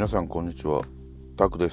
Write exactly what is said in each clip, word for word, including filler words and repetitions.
皆さんこんにちは、タクです。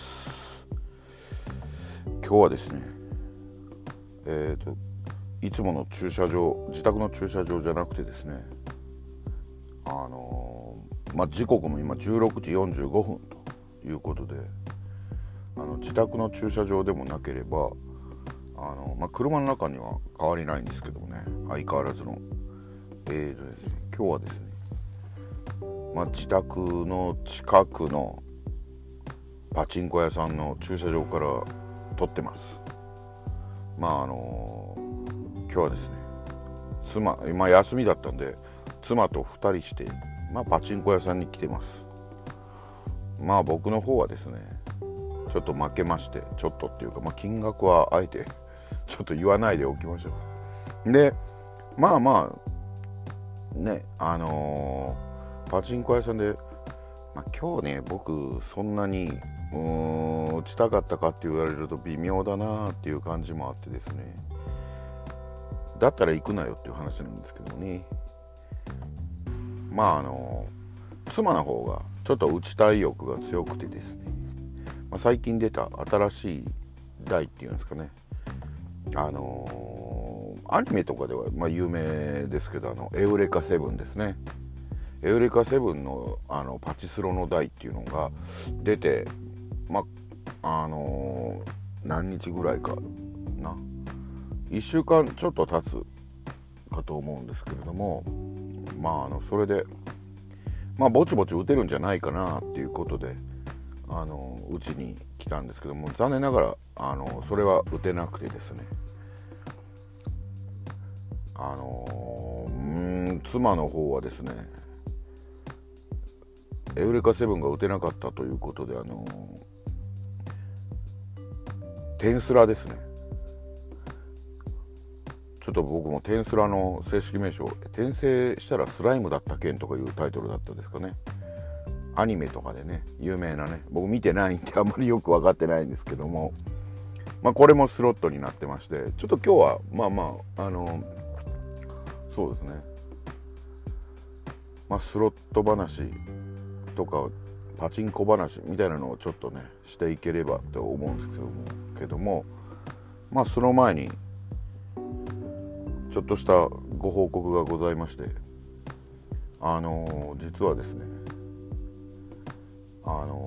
今日はですねえーといつもの駐車場、自宅の駐車場じゃなくてですねあのー、まあ時刻も今じゅうろくじよんじゅうごふんということで、あの自宅の駐車場でもなければあの、まあ、車の中には変わりないんですけどもね、相変わらずのえーとですね今日はですねまあ、自宅の近くのパチンコ屋さんの駐車場から撮ってます。まああのー、今日はですね妻、今休みだったんで妻とふたりして、まあ、パチンコ屋さんに来てます。まあ僕の方はですねちょっと負けまして、ちょっとっていうか、まあ、金額はあえてちょっと言わないでおきましょう。でまあまあねあのーパチンコ屋さんで、まあ、今日ね僕そんなにうーん打ちたかったかって言われると微妙だなっていう感じもあってですね、だったら行くなよっていう話なんですけどね。まああの妻の方がちょっと打ちたい欲が強くてですね、まあ、最近出た新しい台っていうんですかね、あのー、アニメとかではまあ有名ですけど、あのエウレカセブンですね。エウレカセブンのあのパチスロの台っていうのが出て、まあのー、何日ぐらいかないっしゅうかんちょっと経つかと思うんですけれども、まああのそれでまあぼちぼち打てるんじゃないかなっていうことであのうちに来たんですけども、残念ながらあのそれは打てなくてですね、あのー、うーん妻の方はですねエウレカセブンが打てなかったということで、あのー、テンスラですね。ちょっと僕もテンスラの正式名称、転生したらスライムだった件とかいうタイトルだったですかね。アニメとかでね有名なね、僕見てないんであんまりよく分かってないんですけども、まあこれもスロットになってまして、ちょっと今日はまあまああのー、そうですね、まあスロット話とかパチンコ話みたいなのをちょっとねしていければと思うんですけどもけどもまあその前にちょっとしたご報告がございまして、あのー、実はですねあの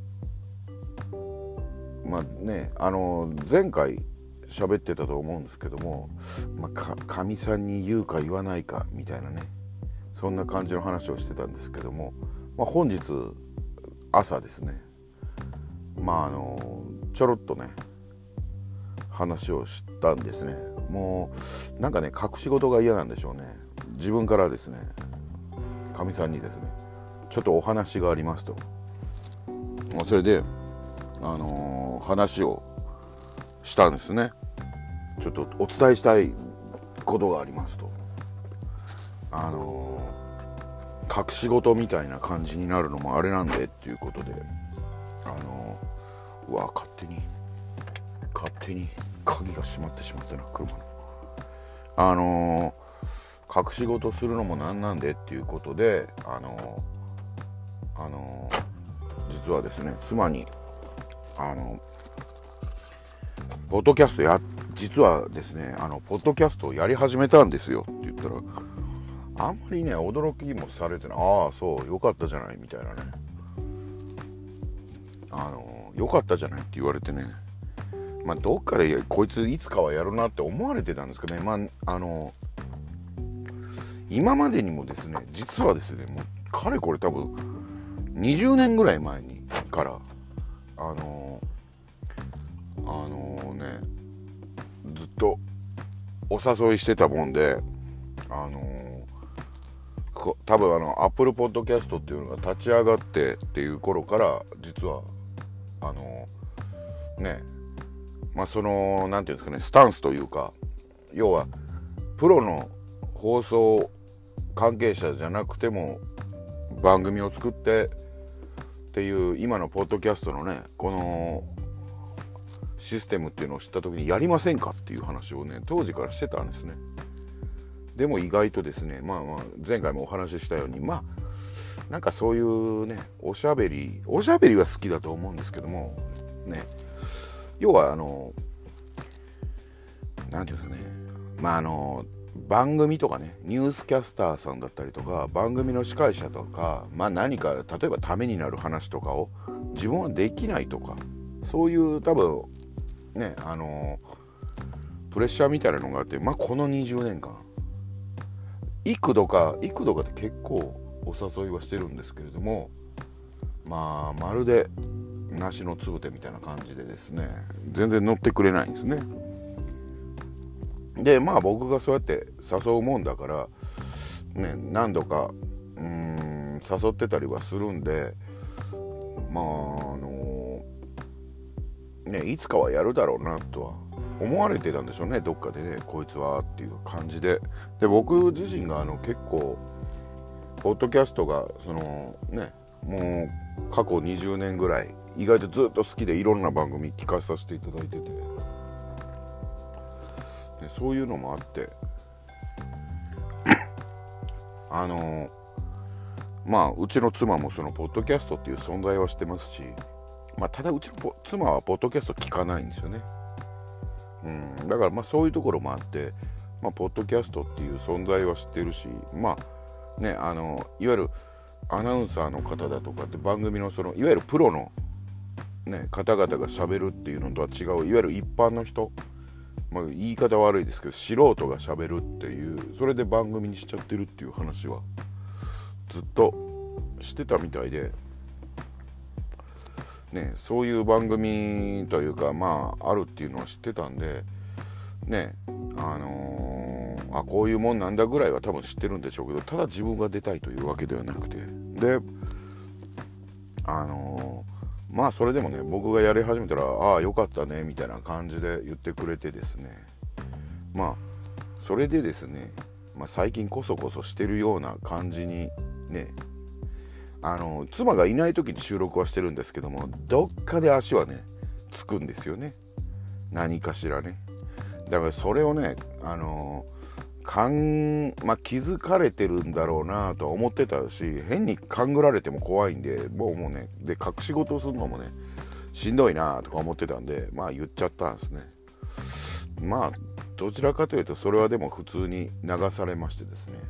まあねあのー、前回喋ってたと思うんですけども、まあ、かみさんに言うか言わないかみたいなね、そんな感じの話をしてたんですけども、まあ、本日朝ですね、まああのちょろっとね話をしたんですね。もうなんかね隠し事が嫌なんでしょうね。自分からですねかみさんにですねちょっとお話がありますと、それであのー、話をしたんですね。ちょっとお伝えしたいことがありますと、あのー隠し事みたいな感じになるのもあれなんでっていうことで、あのうわ勝手に勝手に鍵が閉まってしまったな、車の。あの隠し事するのもなんなんでっていうことで、あのあの実はですね妻にあのポッドキャストや実はですねあのポッドキャストをやり始めたんですよって言ったら、あんまりね驚きもされてない。ああそうよかったじゃないみたいなね、あのよかったじゃないって言われてね、まあどっかでこいついつかはやるなって思われてたんですけどね。まああの今までにもですね実はですねもうかれこれ多分にじゅうねんぐらい前にからあのあのねずっとお誘いしてたもんで、あの多分あの Apple Podcast っていうのが立ち上がってっていう頃から実はあのねまあそのなんていうんですかねスタンスというか、要はプロの放送関係者じゃなくても番組を作ってっていう今のポッドキャストのねこのシステムっていうのを知った時にやりませんかっていう話をね当時からしてたんですね。でも意外とですね、まあまあ前回もお話ししたように、まあなんかそういうねおしゃべりおしゃべりは好きだと思うんですけどもね、要はあのなんていうんですかね、まああの番組とかねニュースキャスターさんだったりとか番組の司会者とか、まあ何か例えばためになる話とかを自分はできないとか、そういう多分ねあのプレッシャーみたいなのがあって、まあこのにじゅうねんかん幾度か幾度かって結構お誘いはしてるんですけれども、まあまるで梨のつぶてみたいな感じでですね、全然乗ってくれないんですね。でまあ僕がそうやって誘うもんだからね、何度かうーん誘ってたりはするんで、まああのねいつかはやるだろうなとは思われてたんでしょうね、どっかでね、こいつはっていう感じで。で僕自身があの結構ポッドキャストがそのねもう過去にじゅうねんぐらい意外とずっと好きでいろんな番組聞かさせていただいてて、でそういうのもあってあのまあうちの妻もそのポッドキャストっていう存在はしてますし、まあ、ただうちの妻はポッドキャスト聞かないんですよね。うん、だからまあそういうところもあって、まあ、ポッドキャストっていう存在は知ってるし、まあねあのいわゆるアナウンサーの方だとかって番組のそのいわゆるプロの、ね、方々がしゃべるっていうのとは違う、いわゆる一般の人、まあ、言い方悪いですけど素人がしゃべるっていう、それで番組にしちゃってるっていう話はずっとしてたみたいで、ね、そういう番組というかまああるっていうのは知ってたんでね、あのー、あこういうもんなんだぐらいは多分知ってるんでしょうけど、ただ自分が出たいというわけではなくて、であのー、まあそれでもね僕がやり始めたらああよかったねみたいな感じで言ってくれてですね、まあそれでですね、まあ、最近こそこそしてるような感じにね、あの妻がいない時に収録はしてるんですけども、どっかで足はねつくんですよね、何かしらね。だからそれをねあのかん、まあ、気づかれてるんだろうなとは思ってたし、変に勘ぐられても怖いんで、もうもうねで隠し事をするのもねしんどいなとか思ってたんで、まあ言っちゃったんですね。まあどちらかというとそれはでも普通に流されましてですね、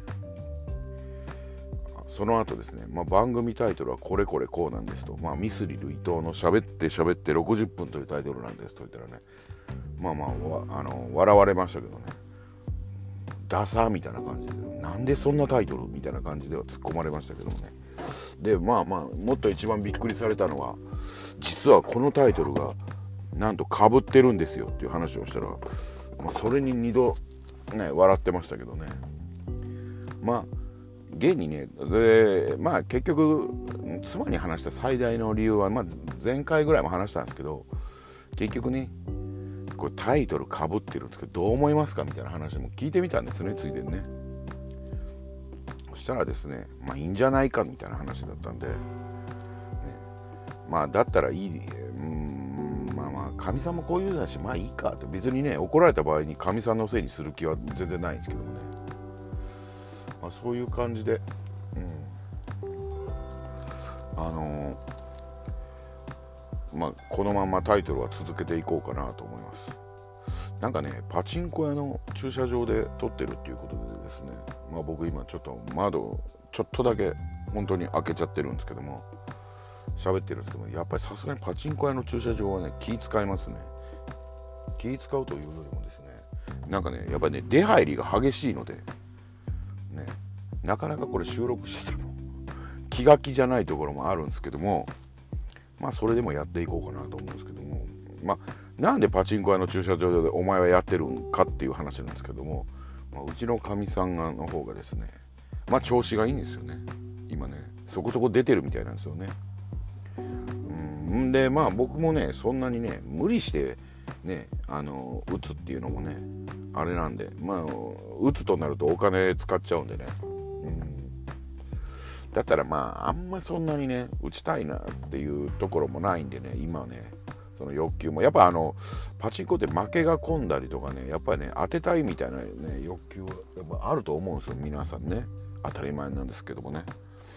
その後ですね、まあ、番組タイトルはこれこれこうなんですと、まあ、ミスリル伊藤の喋って喋ってろくじゅっぷんというタイトルなんですと言ったらね、まあまあ、あの笑われましたけどね、ダサーみたいな感じで、なんでそんなタイトルみたいな感じでは突っ込まれましたけどもね。でまあまあもっと一番びっくりされたのは、実はこのタイトルがなんと被ってるんですよっていう話をしたら、まあ、それににどね笑ってましたけどね。まあ現にね、でまあ結局妻に話した最大の理由は、まあ、前回ぐらいも話したんですけど、結局ねこれタイトルかぶってるんですけどどう思いますかみたいな話も聞いてみたんですね、ついでにね。そしたらですね、まあいいんじゃないかみたいな話だったんで、ね、まあだったらいい、うーんまあまあかみさんもこういうだしまあいいかって、別にね怒られた場合にかみさんのせいにする気は全然ないんですけどもね、まあ、そういう感じで、うん、あのー、まあこのままタイトルは続けていこうかなと思います。なんかねパチンコ屋の駐車場で撮ってるっていうことでですね、まあ僕今ちょっと窓ちょっとだけ本当に開けちゃってるんですけども喋ってるんですけども、やっぱりさすがにパチンコ屋の駐車場はね気使いますね。気使うというよりもですね、なんかねやっぱりね出入りが激しいのでね、なかなかこれ収録してても気が気じゃないところもあるんですけども、まあそれでもやっていこうかなと思うんですけども、まあなんでパチンコ屋の駐車場でお前はやってるんかっていう話なんですけども、まあ、うちのかみさんがの方がですね、まあ調子がいいんですよね今ね、そこそこ出てるみたいなんですよね。うんでまあ僕もねそんなにね無理してねあの打つっていうのもねあれなんで、まあ打つとなるとお金使っちゃうんでね、うん、だったらまああんまそんなにね打ちたいなっていうところもないんでね、今はねその欲求もやっぱあのパチンコって負けが込んだりとかね、やっぱりね当てたいみたいなね欲求はやっぱあると思うんですよ皆さんね、当たり前なんですけどもね。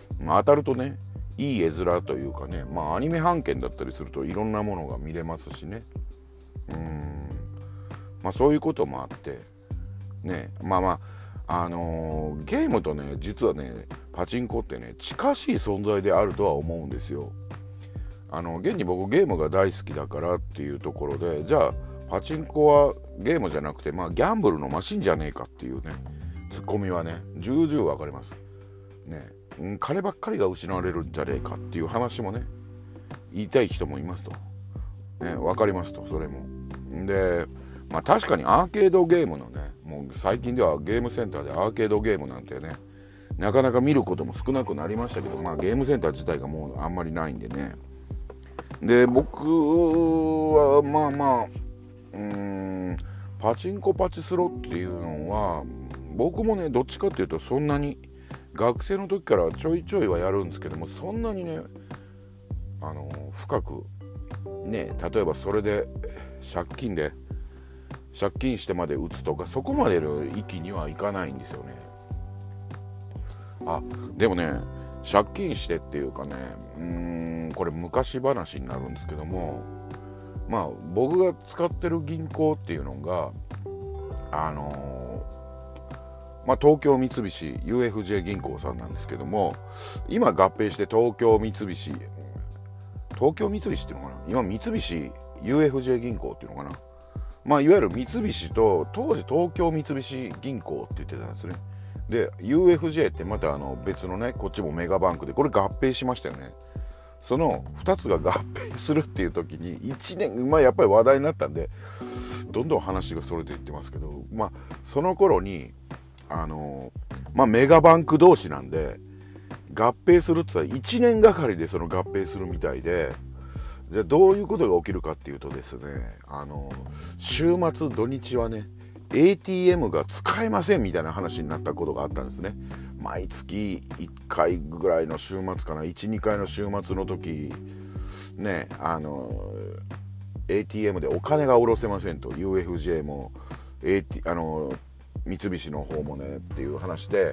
まあ、当たるとねいい絵面というかね、まあアニメ版権だったりするといろんなものが見れますしね、うーんまあそういうこともあってね、まあまああのー、ゲームとね実はねパチンコってね近しい存在であるとは思うんですよ。あの現に僕ゲームが大好きだからっていうところで、じゃあパチンコはゲームじゃなくてまあギャンブルのマシンじゃねえかっていうねツッコミはね重々わかりますね。金ばっかりが失われるんじゃねえかっていう話もね言いたい人もいますと、ね、分かりますと。それもで、まあ確かにアーケードゲームのね、もう最近ではゲームセンターでアーケードゲームなんてねなかなか見ることも少なくなりましたけど、まあゲームセンター自体がもうあんまりないんでね。で僕はまあまあうーんパチンコパチスロっていうのは僕もねどっちかっていうとそんなに学生の時からちょいちょいはやるんですけども、そんなにねあの深くね、例えばそれで借金で借金してまで打つとかそこまでの域にはいかないんですよね。あでもね借金してっていうかね、うーんこれ昔話になるんですけども、まあ僕が使ってる銀行っていうのがあのまあ、東京三菱 ユーエフジェー 銀行さんなんですけども、今合併して東京三菱東京三菱っていうのかな、今三菱 ユーエフジェー 銀行っていうのかな、まあいわゆる三菱と当時東京三菱銀行って言ってたんですね。で ユーエフジェー ってまたあの別のねこっちもメガバンクでこれ合併しましたよね。そのふたつが合併するっていう時にいちねんまあやっぱり話題になったんでどんどん話がそれていってますけど、まあその頃にあのまあメガバンク同士なんで合併するって言ったらいちねんがかりでその合併するみたいで、じゃあどういうことが起きるかっていうとですね、あの週末土日はね エーティーエム が使えませんみたいな話になったことがあったんですね。毎月いっかいぐらいの週末かな、いち、にかいの週末の時ね、あの エーティーエム でお金が下ろせませんと、 ユーエフジェー も、エーティー、あの三菱の方もねっていう話で、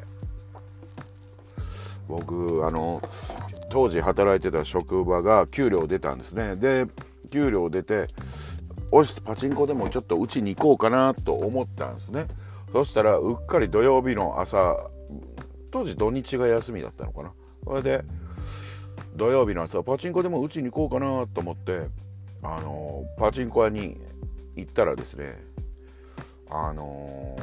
僕あの当時働いてた職場が給料出たんですね。で給料出ておしパチンコでもちょっとうちに行こうかなと思ったんですね。そしたらうっかり土曜日の朝、当時土日が休みだったのかな、それで土曜日の朝パチンコでもうちに行こうかなと思ってあのパチンコ屋に行ったらですね、あの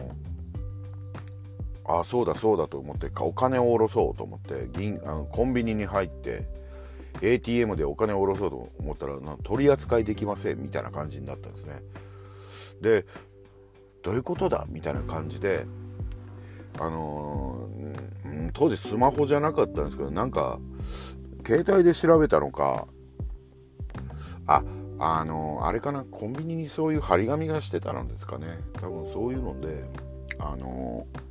あそうだそうだと思ってお金を下ろそうと思って銀あのコンビニに入って エーティーエム でお金を下ろそうと思ったらなん取り扱いできませんみたいな感じになったんですね。でどういうことだみたいな感じで、あのー、当時スマホじゃなかったんですけど、なんか携帯で調べたのか、ああのー、あれかな、コンビニにそういう張り紙がしてたのですかね、多分そういうので、あのー、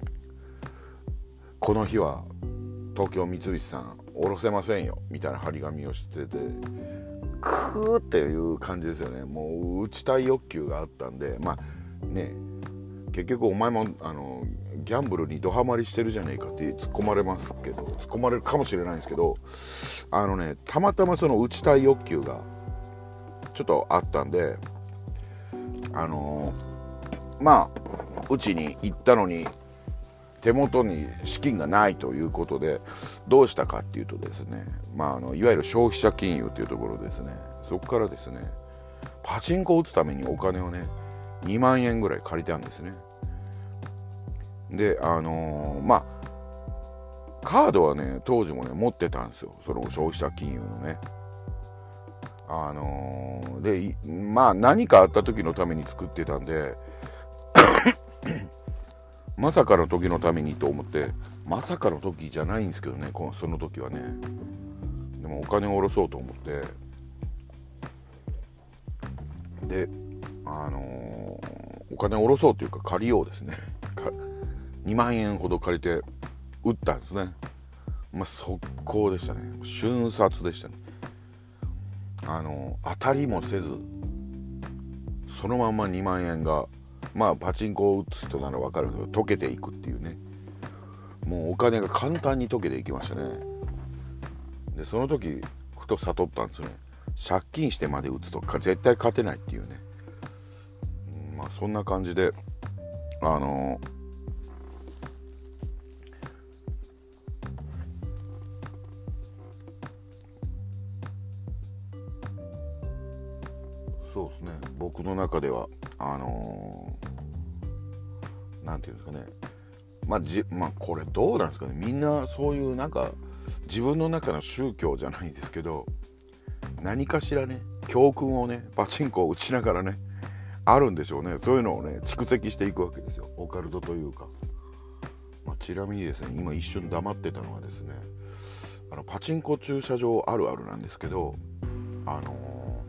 この日は東京三菱さん下ろせませんよみたいな張り紙をしてて、クーっていう感じですよね。もう打ちたい欲求があったんで、まあね、結局お前もあのギャンブルにドハマりしてるじゃねえかって突っ込まれますけど、突っ込まれるかもしれないんですけど、あのねたまたまその打ちたい欲求がちょっとあったんで、あのまあうちに行ったのに手元に資金がないということでどうしたかっていうとですね、まあ、あのいわゆる消費者金融というところですね、そこからですねパチンコを打つためにお金をねにまんえんぐらい借りたんですね。であのー、まあカードはね当時もね持ってたんですよ、その消費者金融のね。あのー、でまあ何かあった時のために作ってたんでまさかの時のためにと思って、まさかの時じゃないんですけどね、その時はね。でもお金を下ろそうと思って、で、あのー、お金を下ろそうというか借りようですね。にまんえんほど借りて打ったんですね。まあ速攻でしたね。瞬殺でしたね。あのー、当たりもせず、そのまんまにまんえんが、まあパチンコを打つ人なら分かるんですけど溶けていくっていうね、 もうお金が簡単に溶けていきましたね。でその時ふと悟ったんですね。借金してまで打つとか絶対勝てないっていうね、うん、まあそんな感じであのそうですね、僕の中ではあのー、なんていうんですかね、まあじまあこれどうなんですかね、みんなそういうなんか自分の中の宗教じゃないんですけど、何かしらね教訓をねパチンコを打ちながらねあるんでしょうね。そういうのをね蓄積していくわけですよ、オカルトというか。まあ、ちなみにですね、今一瞬黙ってたのはですね、あのパチンコ駐車場あるあるなんですけど、あの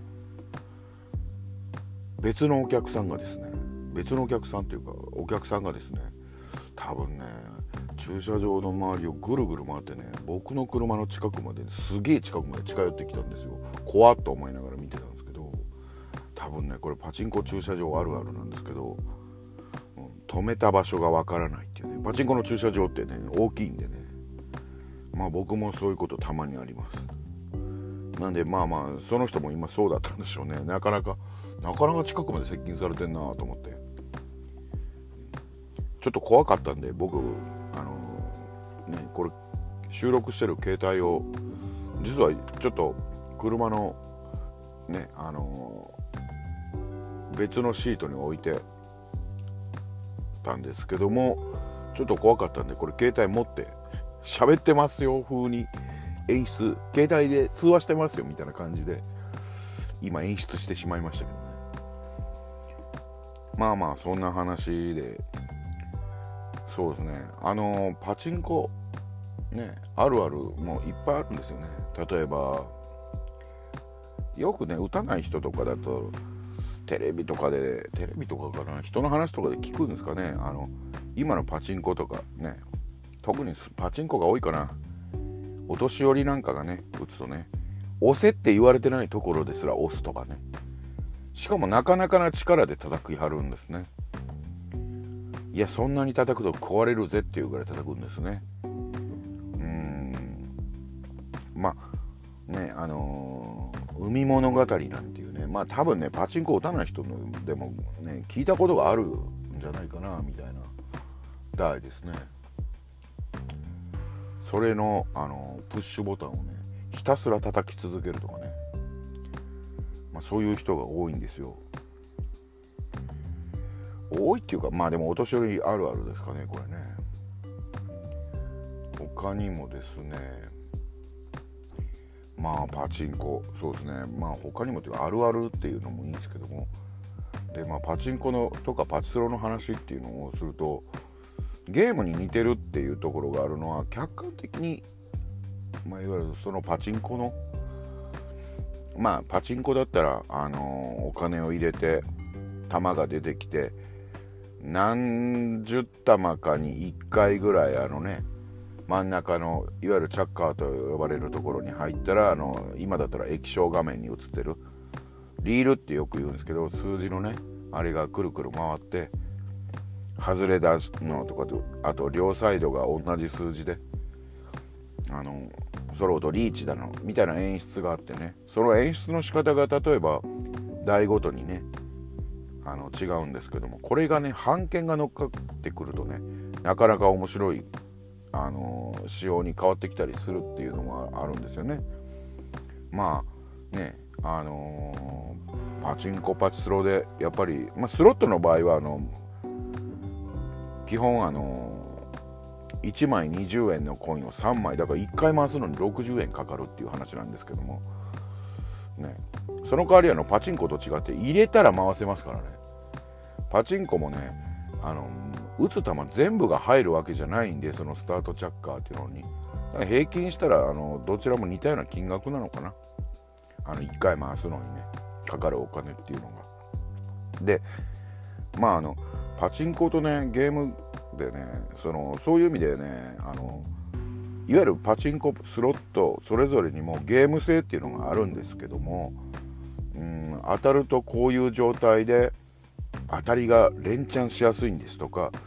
ー、別のお客さんがですね別のお客さんというかお客さんがですね、多分ね駐車場の周りをぐるぐる回ってね、僕の車の近くまで、すげえ近くまで近寄ってきたんですよ。怖っと思いながら見てたんですけど、多分ねこれパチンコ駐車場あるあるなんですけど、うん、止めた場所がわからないっていうね。パチンコの駐車場ってね大きいんでね、まあ僕もそういうことたまにあります。なんでまあまあその人も今そうだったんでしょうね。なかなかなかなか近くまで接近されてんなと思って、ちょっと怖かったんで、僕あのねこれ収録してる携帯を実はちょっと車のねあの別のシートに置いてたんですけども、ちょっと怖かったんでこれ携帯持って喋ってますよ風に演出、携帯で通話してますよみたいな感じで今演出してしまいましたけどね。まあまあそんな話で、そうですね、あのパチンコねあるあるもいっぱいあるんですよね。例えばよくね打たない人とかだとテレビとかでテレビとかかな人の話とかで聞くんですかね、あの今のパチンコとかね、特にパチンコが多いかな、お年寄りなんかがね打つとね、押せって言われてないところですら押すとかね、しかもなかなかな力で叩きはるんですね。いやそんなに叩くと壊れるぜっていうぐらい叩くんですね。うーんまあねあのー、海物語なんていうね、まあ多分ねパチンコ打たない人でもね聞いたことがあるんじゃないかなみたいな題ですね。それの、あのー、プッシュボタンをねひたすら叩き続けるとかね、まあ、そういう人が多いんですよ。多いっていうかまあでもお年寄りあるあるですかねこれね。他にもですね、まあパチンコそうですね、まあ他にもというかあるあるっていうのもいいんですけども、でまあパチンコのとかパチスロの話っていうのをすると、ゲームに似てるっていうところがあるのは客観的に、まあ、いわゆるそのパチンコのまあパチンコだったら、あのー、お金を入れて玉が出てきて何十玉かにいっかいぐらいあのね真ん中のいわゆるチャッカーと呼ばれるところに入ったら、あの今だったら液晶画面に映ってるリールってよく言うんですけど、数字のねあれがくるくる回って外れ出すのとかと、あと両サイドが同じ数字であの揃うとリーチだのみたいな演出があってね、その演出の仕方が例えば台ごとにねあの違うんですけども、これがね版権が乗っかってくるとねなかなか面白いあの仕様に変わってきたりするっていうのもあるんですよね。まあねあのー、パチンコパチスロでやっぱり、まあ、スロットの場合はあの基本あのいちまいにじゅうえんのコインをさんまいだからいっかい回すのにろくじゅうえんかかるっていう話なんですけどもね、その代わりあのパチンコと違って入れたら回せますからね。パチンコもねあの打つ球全部が入るわけじゃないんで、そのスタートチャッカーっていうのにだから平均したらあのどちらも似たような金額なのかな、あのいっかい回すのにねかかるお金っていうのが。でまああのパチンコとねゲームでねそのそういう意味でねあのいわゆるパチンコスロットそれぞれにもゲーム性っていうのがあるんですけども、うん当たるとこういう状態で当たりが連チャンしやすいんですとか、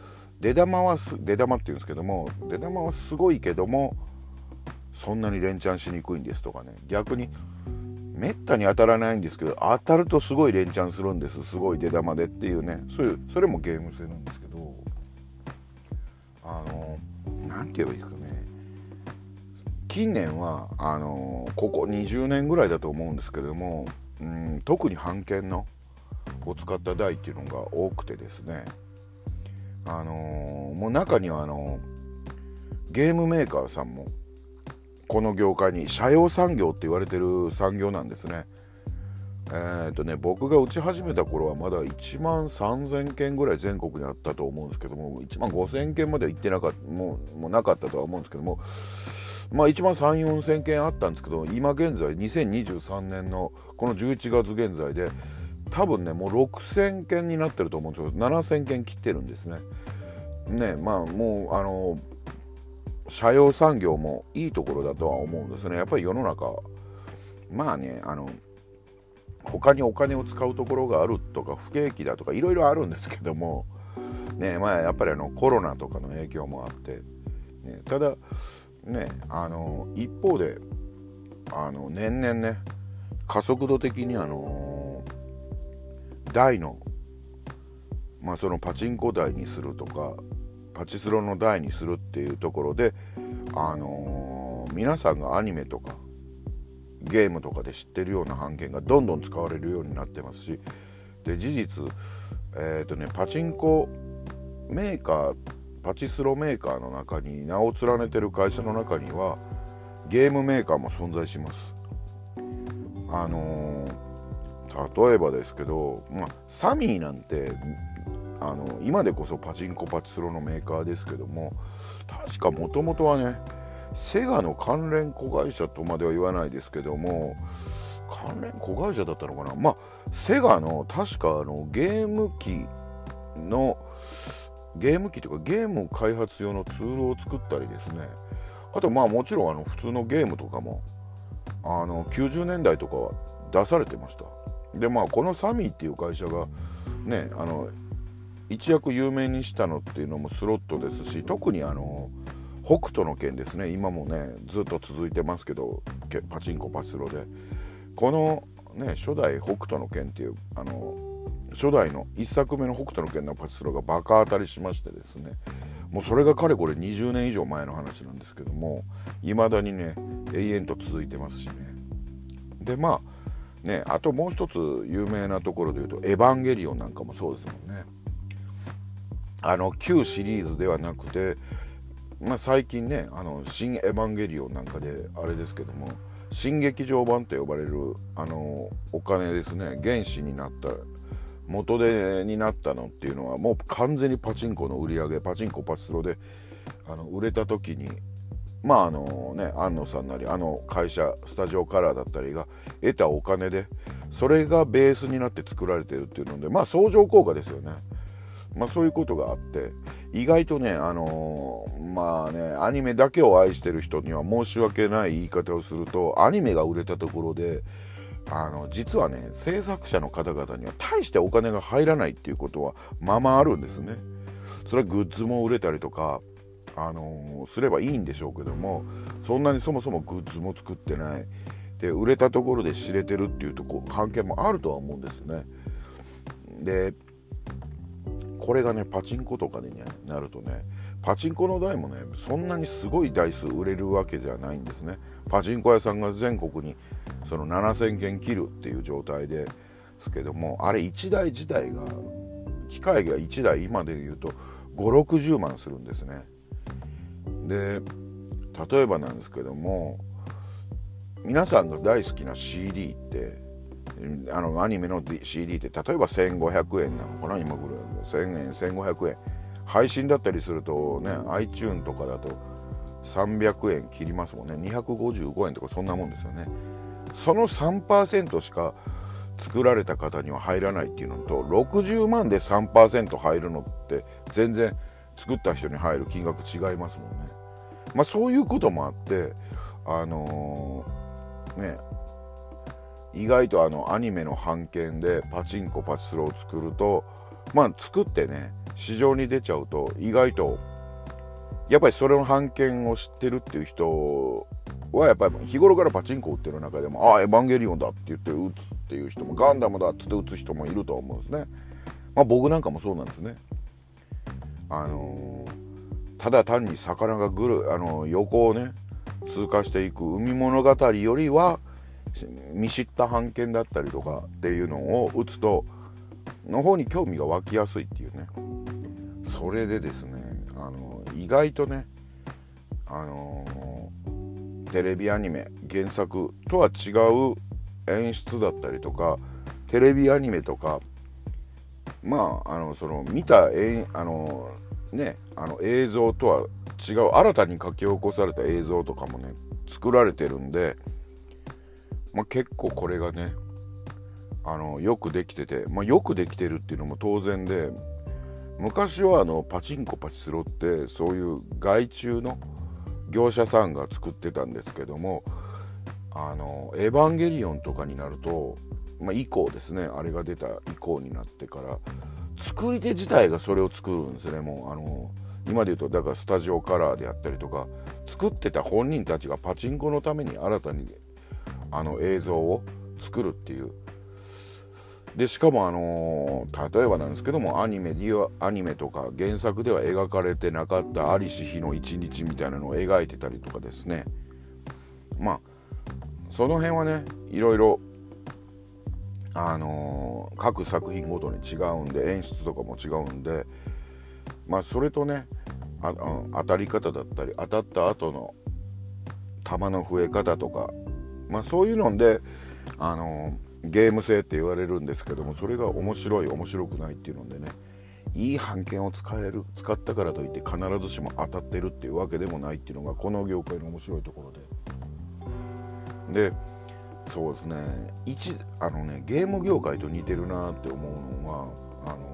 出玉はす出玉っていうんですけども、出玉はすごいけどもそんなに連チャンしにくいんですとかね、逆にめったに当たらないんですけど当たるとすごい連チャンするんです、すごい出玉でっていうね、そういうそれもゲーム性なんですけど、あのなんて言えばいいですかね、近年はあのここにじゅうねんぐらいだと思うんですけれども、うん、特に版権のを使った台っていうのが多くてですね、あのーもう中にはあのゲームメーカーさんもこの業界に社用産業って言われてる産業なんですね。えっとね僕が打ち始めた頃はまだいちまんさんぜんけんぐらい全国にあったと思うんですけども、いちまんごせんけんまでは行ってなかったもう、もうなかったとは思うんですけども、まあいちまんさん、よんせんけんあったんですけど、今現在にせんにじゅうさんねんのこのじゅういちがつ現在で多分ねもうろくせんけんになってると思うんですけど、ななせんけん切ってるんですね。ねまあもうあの社用産業もいいところだとは思うんですね。やっぱり世の中まあねあの他にお金を使うところがあるとか不景気だとかいろいろあるんですけどもね、まあやっぱりあのコロナとかの影響もあって、ね、ただねあの一方であの年々ね加速度的にあの台のまあそのパチンコ台にするとかパチスロの台にするっていうところであのー皆さんがアニメとかゲームとかで知ってるような版権がどんどん使われるようになってますし、で事実えっとねパチンコメーカーパチスロメーカーの中に名を連ねてる会社の中にはゲームメーカーも存在します。あのー、例えばですけど、まあ、サミーなんてあの今でこそパチンコパチスロのメーカーですけども、確かもともとはねセガの関連子会社とまでは言わないですけども関連子会社だったのかな、まあセガの確かあのゲーム機のゲーム機というかゲーム開発用のツールを作ったりですね、あとまあもちろんあの普通のゲームとかもあのきゅうじゅうねんだいとかは出されてました。でまあこのサミーっていう会社がねあの一躍有名にしたのっていうのもスロットですし、特にあの北斗の拳ですね、今もねずっと続いてますけどパチンコパチスロでこのね初代北斗の拳っていうあの初代のいっさくめの北斗の拳のパチスロがバカ当たりしましてですね、もうそれがかれこれにじゅうねん以上前の話なんですけどもいまだにね永遠と続いてますしね。でまあねあともう一つ有名なところで言うとエヴァンゲリオンなんかもそうですもんね。あの旧シリーズではなくて、まあ、最近ねあの新エヴァンゲリオンなんかであれですけども新劇場版と呼ばれるあのお金ですね、原資になった元手になったのっていうのはもう完全にパチンコの売り上げパチンコパチスロであの売れた時にまああのね安野さんなりあの会社スタジオカラーだったりが得たお金でそれがベースになって作られてるっていうのでまあ相乗効果ですよね。まあそういうことがあって意外とねあのー、まあねアニメだけを愛してる人には申し訳ない言い方をするとアニメが売れたところであの実はね制作者の方々には大してお金が入らないっていうことはまあまああるんですね。それはグッズも売れたりとかあのー、すればいいんでしょうけどもそんなにそもそもグッズも作ってないで売れたところで知れてるっていうとこ関係もあるとは思うんですね。でこれがねパチンコとかで、ね、なるとねパチンコの台もねそんなにすごい台数売れるわけじゃないんですね。パチンコ屋さんが全国にそのななせんけん切るっていう状態ですけどもあれいちだい自体が機械がいちだい今で言うとごじゅうろくじゅうまんするんですね。で例えばなんですけども皆さんが大好きな シーディー ってあのアニメの シーディー って例えばせんごひゃくえんなのかな今ぐらいせんえんせんごひゃくえん配信だったりするとね iTunes とかだとさんびゃくえん切りますもんね。にひゃくごじゅうごえんとかそんなもんですよね。その さんパーセント しか作られた方には入らないっていうのとろくじゅうまんで さんパーセント 入るのって全然作った人に入る金額違いますもんね。まあそういうこともあってあのー、ね意外とあのアニメの版権でパチンコパチスロを作るとまあ作ってね市場に出ちゃうと意外とやっぱりそれの版権を知ってるっていう人はやっぱり日頃からパチンコ売ってる中でも、ああエヴァンゲリオンだって言って打つっていう人も、ガンダムだって言って打つ人もいると思うんですね。まあ僕なんかもそうなんですね。あのー、ただ単に魚がぐる、あのー、横をね通過していく海物語よりは見知った版権だったりとかっていうのを打つとの方に興味が湧きやすいっていうね。それでですね、あのー、意外とね、あのー、テレビアニメ原作とは違う演出だったりとか、テレビアニメとか、まああのその見たえあのねあの映像とは違う新たに書き起こされた映像とかもね作られてるんで、まあ、結構これがねあのよくできてて、まあ、よくできてるっていうのも当然で、昔はあのパチンコパチスロってそういう外注の業者さんが作ってたんですけども、あのエヴァンゲリオンとかになると、まあ、以降ですね、あれが出た以降になってから作り手自体がそれを作るんですね。もうあの今で言うとだからスタジオカラーであったりとか、作ってた本人たちがパチンコのために新たにあの映像を作るっていう。でしかもあのー、例えばなんですけども、アニメではアニメとか原作では描かれてなかった在りし日の一日みたいなのを描いてたりとかですね、まあその辺はねいろいろあのー、各作品ごとに違うんで、演出とかも違うんで、まあそれとねああ当たり方だったり当たった後の球の増え方とか、まあそういうのであのーゲーム性って言われるんですけども、それが面白い面白くないっていうのでね、いい版権を使える使ったからといって必ずしも当たってるっていうわけでもないっていうのがこの業界の面白いところで、でそうですね、一あのねゲーム業界と似てるなって思うのは、あの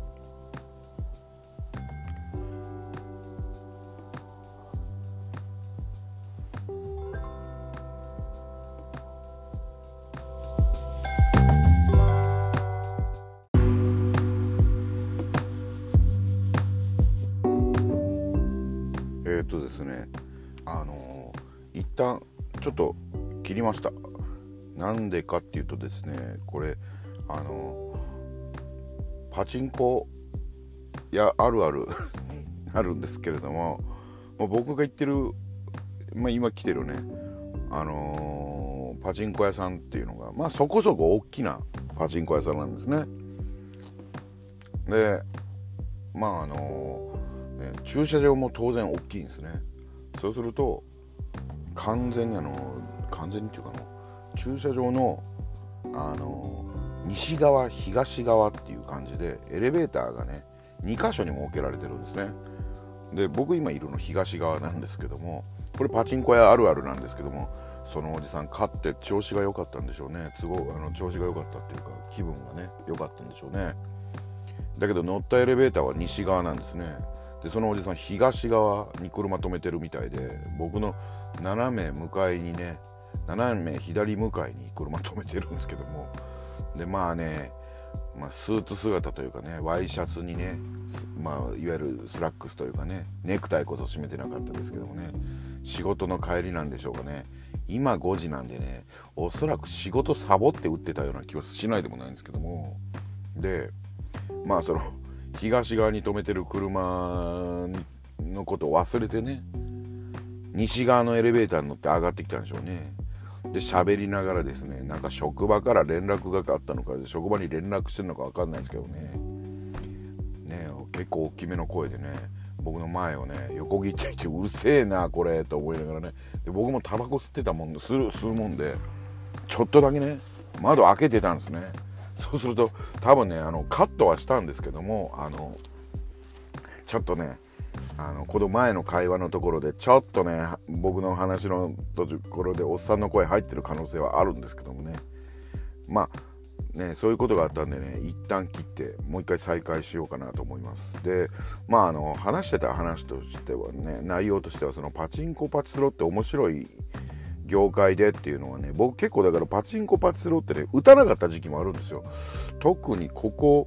えっとですね、あの一旦ちょっと切りました。なんでかっていうとですね、これあのパチンコやあるあるあるんですけれども、まあ、僕が行ってる、まあ、今来てるね、あのー、パチンコ屋さんっていうのが、まあそこそこ大きなパチンコ屋さんなんですね。でまああのーね、駐車場も当然大きいんですね。そうすると完全にあの完全にっていうかの駐車場のあの西側東側っていう感じでエレベーターがねにかしょに設けられてるんですね。で僕今いるの東側なんですけども、これパチンコ屋あるあるなんですけども、そのおじさん勝って調子が良かったんでしょうね。都合あの調子が良かったっていうか気分がね良かったんでしょうね。だけど乗ったエレベーターは西側なんですね。でそのおじさん東側に車止めてるみたいで、僕の斜め向かいにね斜め左向かいに車止めてるんですけども、でまあね、まあ、スーツ姿というかねワイシャツにね、まあ、いわゆるスラックスというかねネクタイこそ締めてなかったですけどもね、仕事の帰りなんでしょうかね。今ごじなんでね、おそらく仕事サボって打ってたような気はしないでもないんですけども、でまあその東側に止めてる車のことを忘れてね西側のエレベーターに乗って上がってきたんでしょうね。で喋りながらですね、なんか職場から連絡があったのか職場に連絡してるのか分かんないですけどね、ね結構大きめの声でね僕の前をね横切っていて、うるせえなこれと思いながらね、で僕もタバコ吸ってたもんで吸う吸うもんでちょっとだけね窓開けてたんですね。そうすると多分ねあのカットはしたんですけども、あのちょっとねあのこの前の会話のところでちょっとね僕の話のところでおっさんの声入ってる可能性はあるんですけどもね、まあねそういうことがあったんでね一旦切ってもう一回再開しようかなと思います。でまああの話してた話としてはね、内容としてはそのパチンコパチスロって面白い業界でっていうのはね、僕結構だからパチンコパチスロってね打たなかった時期もあるんですよ。特にここ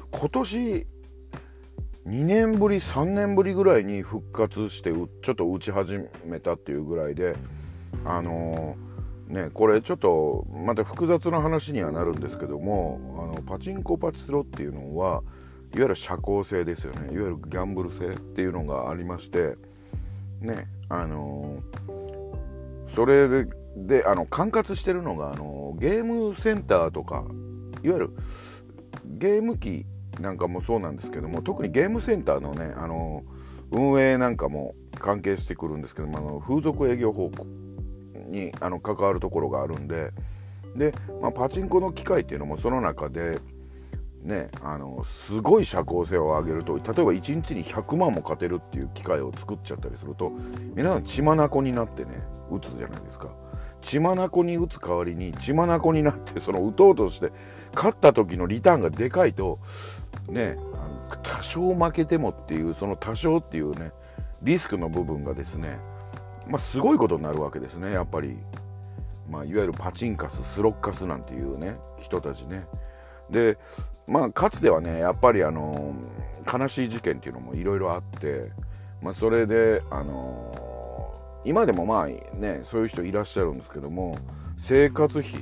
今年にねんぶりさんねんぶりぐらいに復活してちょっと打ち始めたっていうぐらいで、あのー、ねこれちょっとまた複雑な話にはなるんですけども、あのパチンコパチスロっていうのはいわゆる社交性ですよね。いわゆるギャンブル性っていうのがありましてね、あのー、それで、であの管轄してるのが、あのー、ゲームセンターとかいわゆるゲーム機なんかもそうなんですけども、特にゲームセンターのね、あのー、運営なんかも関係してくるんですけども、あの風俗営業法にあの関わるところがあるんで、で、まあ、パチンコの機械っていうのもその中でね、あのすごい社交性を上げると、例えばいちにちにひゃくまんも勝てるっていう機械を作っちゃったりすると、皆さん血眼になってね打つじゃないですか。血眼に打つ代わりに血眼になって、その打とうとして勝った時のリターンがでかいとね、多少負けてもっていう、その多少っていうねリスクの部分がですね、まあ、すごいことになるわけですね、やっぱり。まあ、いわゆるパチンカススロッカスなんていうね人たちね。でまあかつてはねやっぱりあの悲しい事件っていうのもいろいろあって、まあ、それであの今でもまあねそういう人いらっしゃるんですけども、生活費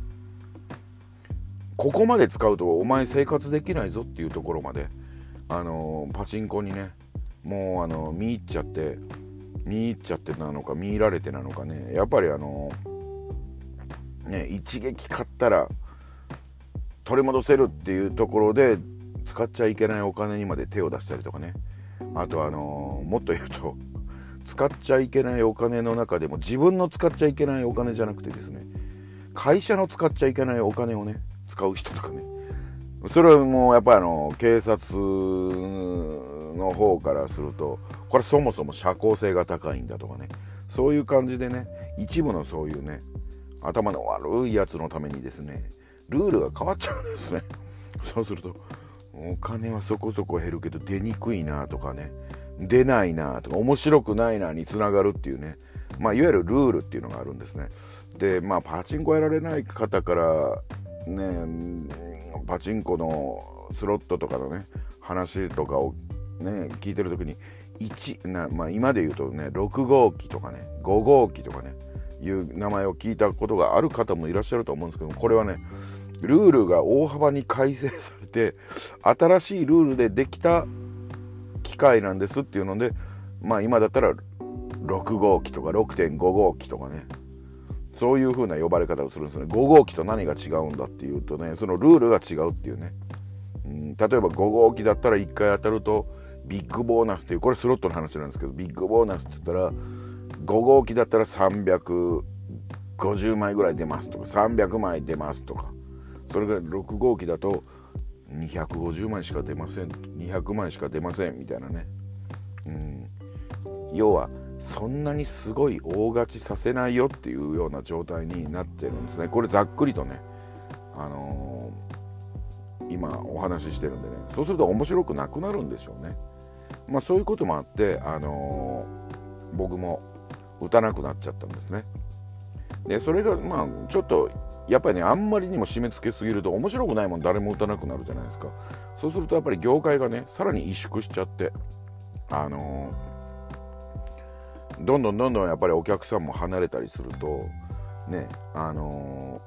ここまで使うとお前生活できないぞっていうところまであのパチンコにねもうあの見入っちゃって見入っちゃってなのか見入られてなのかね、やっぱりあのね一撃買ったら取り戻せるっていうところで使っちゃいけないお金にまで手を出したりとかね、あとあのもっと言うと使っちゃいけないお金の中でも自分の使っちゃいけないお金じゃなくてですね、会社の使っちゃいけないお金をね使う人とかね、それはもうやっぱりあの警察の方からするとこれそもそも社交性が高いんだとかね、そういう感じでね一部のそういうね頭の悪いやつのためにですねルールが変わっちゃうんですね。そうするとお金はそこそこ減るけど出にくいなとかね、出ないなとか面白くないなにつながるっていうね、まあ、いわゆるルールっていうのがあるんですね。でまあパチンコやられない方からねパチンコのスロットとかのね話とかをね聞いてる時にいちな、まあ、今で言うとねろく号機とかねご号機とかねいう名前を聞いたことがある方もいらっしゃると思うんですけど、これはねルールが大幅に改正されて新しいルールでできた機械なんですっていうので、まあ今だったらろく号機とか ろくてんご号機とかね、そういう風な呼ばれ方をするんですね。ご号機と何が違うんだっていうとね、そのルールが違うっていうね、うん、例えばご号機だったらいっかい当たるとビッグボーナスっていう、これスロットの話なんですけど、ビッグボーナスって言ったらご号機だったらさんびゃくごじゅうまいぐらい出ますとかさんびゃくまい出ますとか、それがろく号機だとにひゃくごじゅうまいしか出ません、にひゃくまいしか出ませんみたいなね、うん、要はそんなにすごい大勝ちさせないよっていうような状態になってるんですね。これざっくりとね、あのー、今お話ししてるんでね、そうすると面白くなくなるんでしょうね。まあそういうこともあって、あのー、僕も打たなくなっちゃったんですね。でそれがまあちょっとやっぱりねあんまりにも締め付けすぎると面白くないもん誰も打たなくなるじゃないですか。そうするとやっぱり業界がねさらに萎縮しちゃって、あのー、どんどんどんどんやっぱりお客さんも離れたりするとね、あの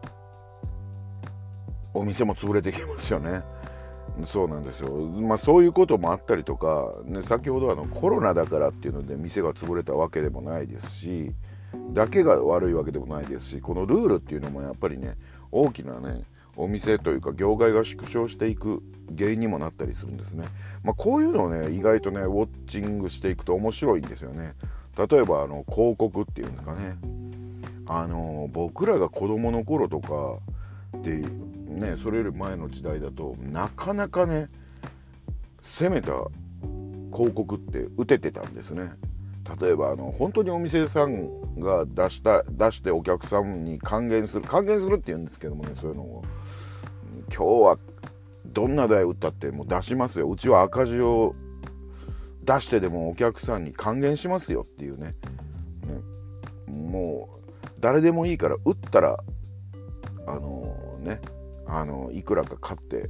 ー、お店も潰れてきますよね。そうなんですよ。まあそういうこともあったりとか、ね、先ほどあのコロナだからっていうので店が潰れたわけでもないですし、だけが悪いわけでもないですし、このルールっていうのもやっぱりね大きなねお店というか業界が縮小していく原因にもなったりするんですね。まあ、こういうのをね意外とねウォッチングしていくと面白いんですよね。例えばあの広告っていうんですかね、あの僕らが子供の頃とかでね、それより前の時代だとなかなかね攻めた広告って打ててたんですね。例えばあの本当にお店さんが出した出してお客さんに還元する還元するって言うんですけどもね、そういうのを今日はどんな台打ったってもう出しますよ、うちは赤字を出してでもお客さんに還元しますよっていうね、ねもう誰でもいいから打ったらあのねあのいくらか買って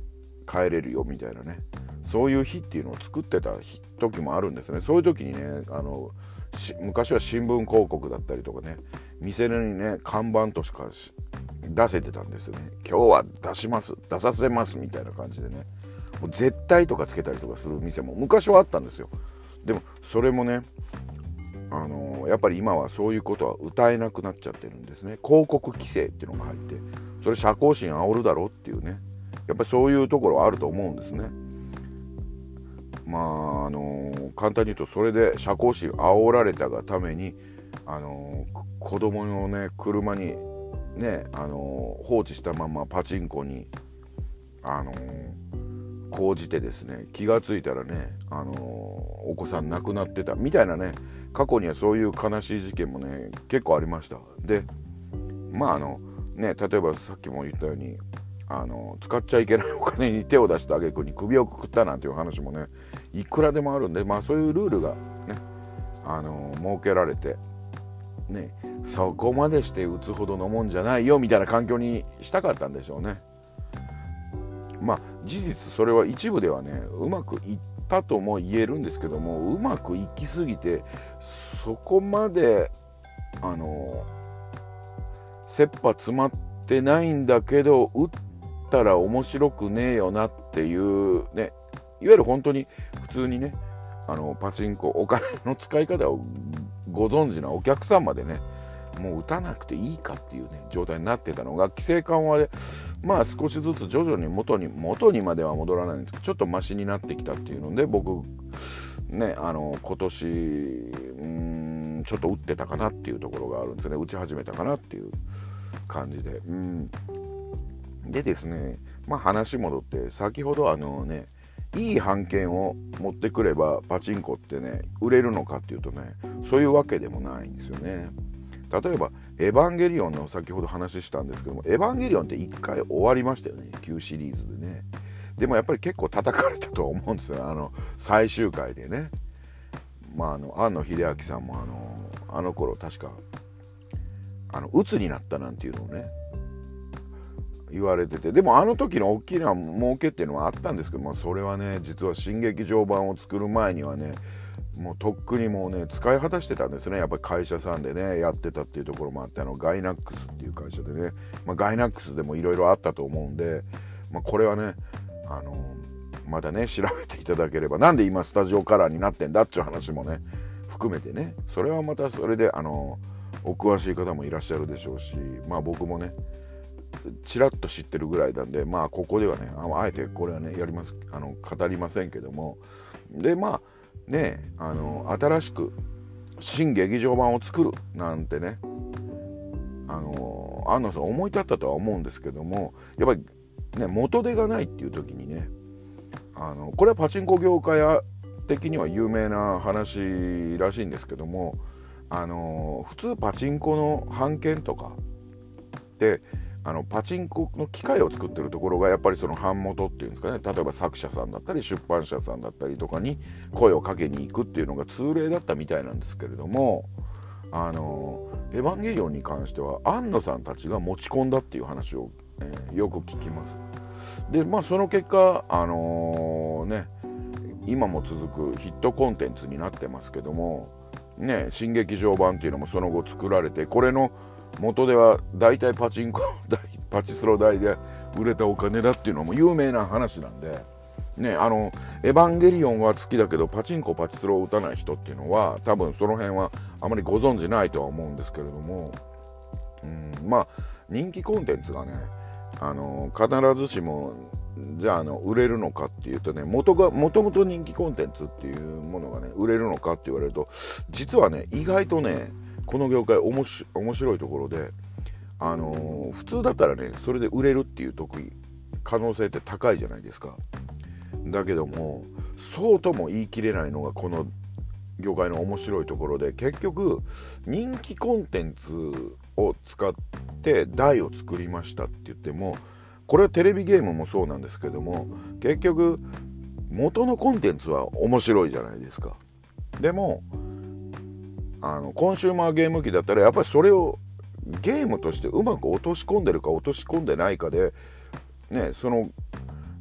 帰れるよみたいなね、そういう日っていうのを作ってた時もあるんですね。そういう時にね、あの昔は新聞広告だったりとかね、店にね看板としか出せてたんですよね。今日は出します、出させますみたいな感じでね、もう絶対とかつけたりとかする店も昔はあったんですよ。でもそれもね、あのやっぱり今はそういうことは歌えなくなっちゃってるんですね。広告規制っていうのが入って、それ社交心煽るだろうっていうね、やっぱりそういうところはあると思うんですね。まああの簡単に言うと、それで社交心煽られたがために、あの子供のね車にね、あの放置したままパチンコにあの講じてですね、気がついたらね、あのお子さん亡くなってたみたいなね、過去にはそういう悲しい事件もね結構ありました。でまああのね、例えばさっきも言ったように、あの使っちゃいけないお金に手を出した挙句に首をくくったなんていう話もねいくらでもあるんで、まあそういうルールがね、あの設けられてね、そこまでして打つほどのもんじゃないよみたいな環境にしたかったんでしょうね。まあ事実それは一部ではねうまくいったとも言えるんですけども、うまくいきすぎてそこまであの切羽詰まってないんだけど打ったら面白くねえよなっていうね、いわゆる本当に普通にね、あのパチンコお金の使い方をご存知なお客さんまでね、もう打たなくていいかっていうね状態になってたのが、規制緩和でまあ少しずつ徐々に元に元にまでは戻らないんですけど、ちょっとマシになってきたっていうので、僕ね、あの今年うーんちょっと打ってたかなっていうところがあるんですね。打ち始めたかなっていう感じで、うんでですね、まあ話戻って、先ほどあのね、いい版権を持ってくればパチンコってね売れるのかっていうとね、そういうわけでもないんですよね。例えばエヴァンゲリオンの先ほど話したんですけども、エヴァンゲリオンっていっかい終わりましたよね、旧シリーズでね。でもやっぱり結構叩かれたと思うんですよ、あの最終回でね。まああの庵野秀明さんもあのあの頃確かあの鬱になったなんていうのをね言われてて、でもあの時の大きな儲けっていうのはあったんですけども、それはね実は新劇場版を作る前にはね、もうとっくにもうね使い果たしてたんですね。やっぱり会社さんでねやってたっていうところもあって、あのガイナックスっていう会社でね、まあ、ガイナックスでもいろいろあったと思うんで、まあ、これはねあのまだね調べていただければ、なんで今スタジオカラーになってんだっていう話もね含めてね、それはまたそれであのお詳しい方もいらっしゃるでしょうし、まあ僕もねちらっと知ってるぐらいなんで、まあここではね あ, あえてこれはねやりますあの語りませんけども、でまあねあの新しく新劇場版を作るなんてね、あの庵野さん思い立ったとは思うんですけども、やっぱりね元手がないっていう時にね、あのこれはパチンコ業界的には有名な話らしいんですけども、あの普通パチンコの版権とかであのパチンコの機械を作ってるところがやっぱりその版元っていうんですかね、例えば作者さんだったり出版社さんだったりとかに声をかけに行くっていうのが通例だったみたいなんですけれども、あのエヴァンゲリオンに関しては庵野さんたちが持ち込んだっていう話を、えー、よく聞きます。でまあその結果あのー、ね今も続くヒットコンテンツになってますけどもね、新劇場版っていうのもその後作られて、これの元では大体パチンコ代パチスロ代で売れたお金だっていうのも有名な話なんでね、あのエヴァンゲリオンは好きだけどパチンコパチスロを打たない人っていうのは多分その辺はあまりご存じないとは思うんですけれども、うん、まあ人気コンテンツがねあの必ずしもじゃあ、あの売れるのかっていうとね、元が元々人気コンテンツっていうものがね売れるのかって言われると、実はね意外とねこの業界おもし面白いところで、あのー、普通だったらねそれで売れるっていう得意可能性って高いじゃないですか。だけどもそうとも言い切れないのがこの業界の面白いところで、結局人気コンテンツを使って台を作りましたって言っても、これはテレビゲームもそうなんですけども、結局元のコンテンツは面白いじゃないですか。でもあのコンシューマーゲーム機だったらやっぱりそれをゲームとしてうまく落とし込んでるか落とし込んでないかでね、その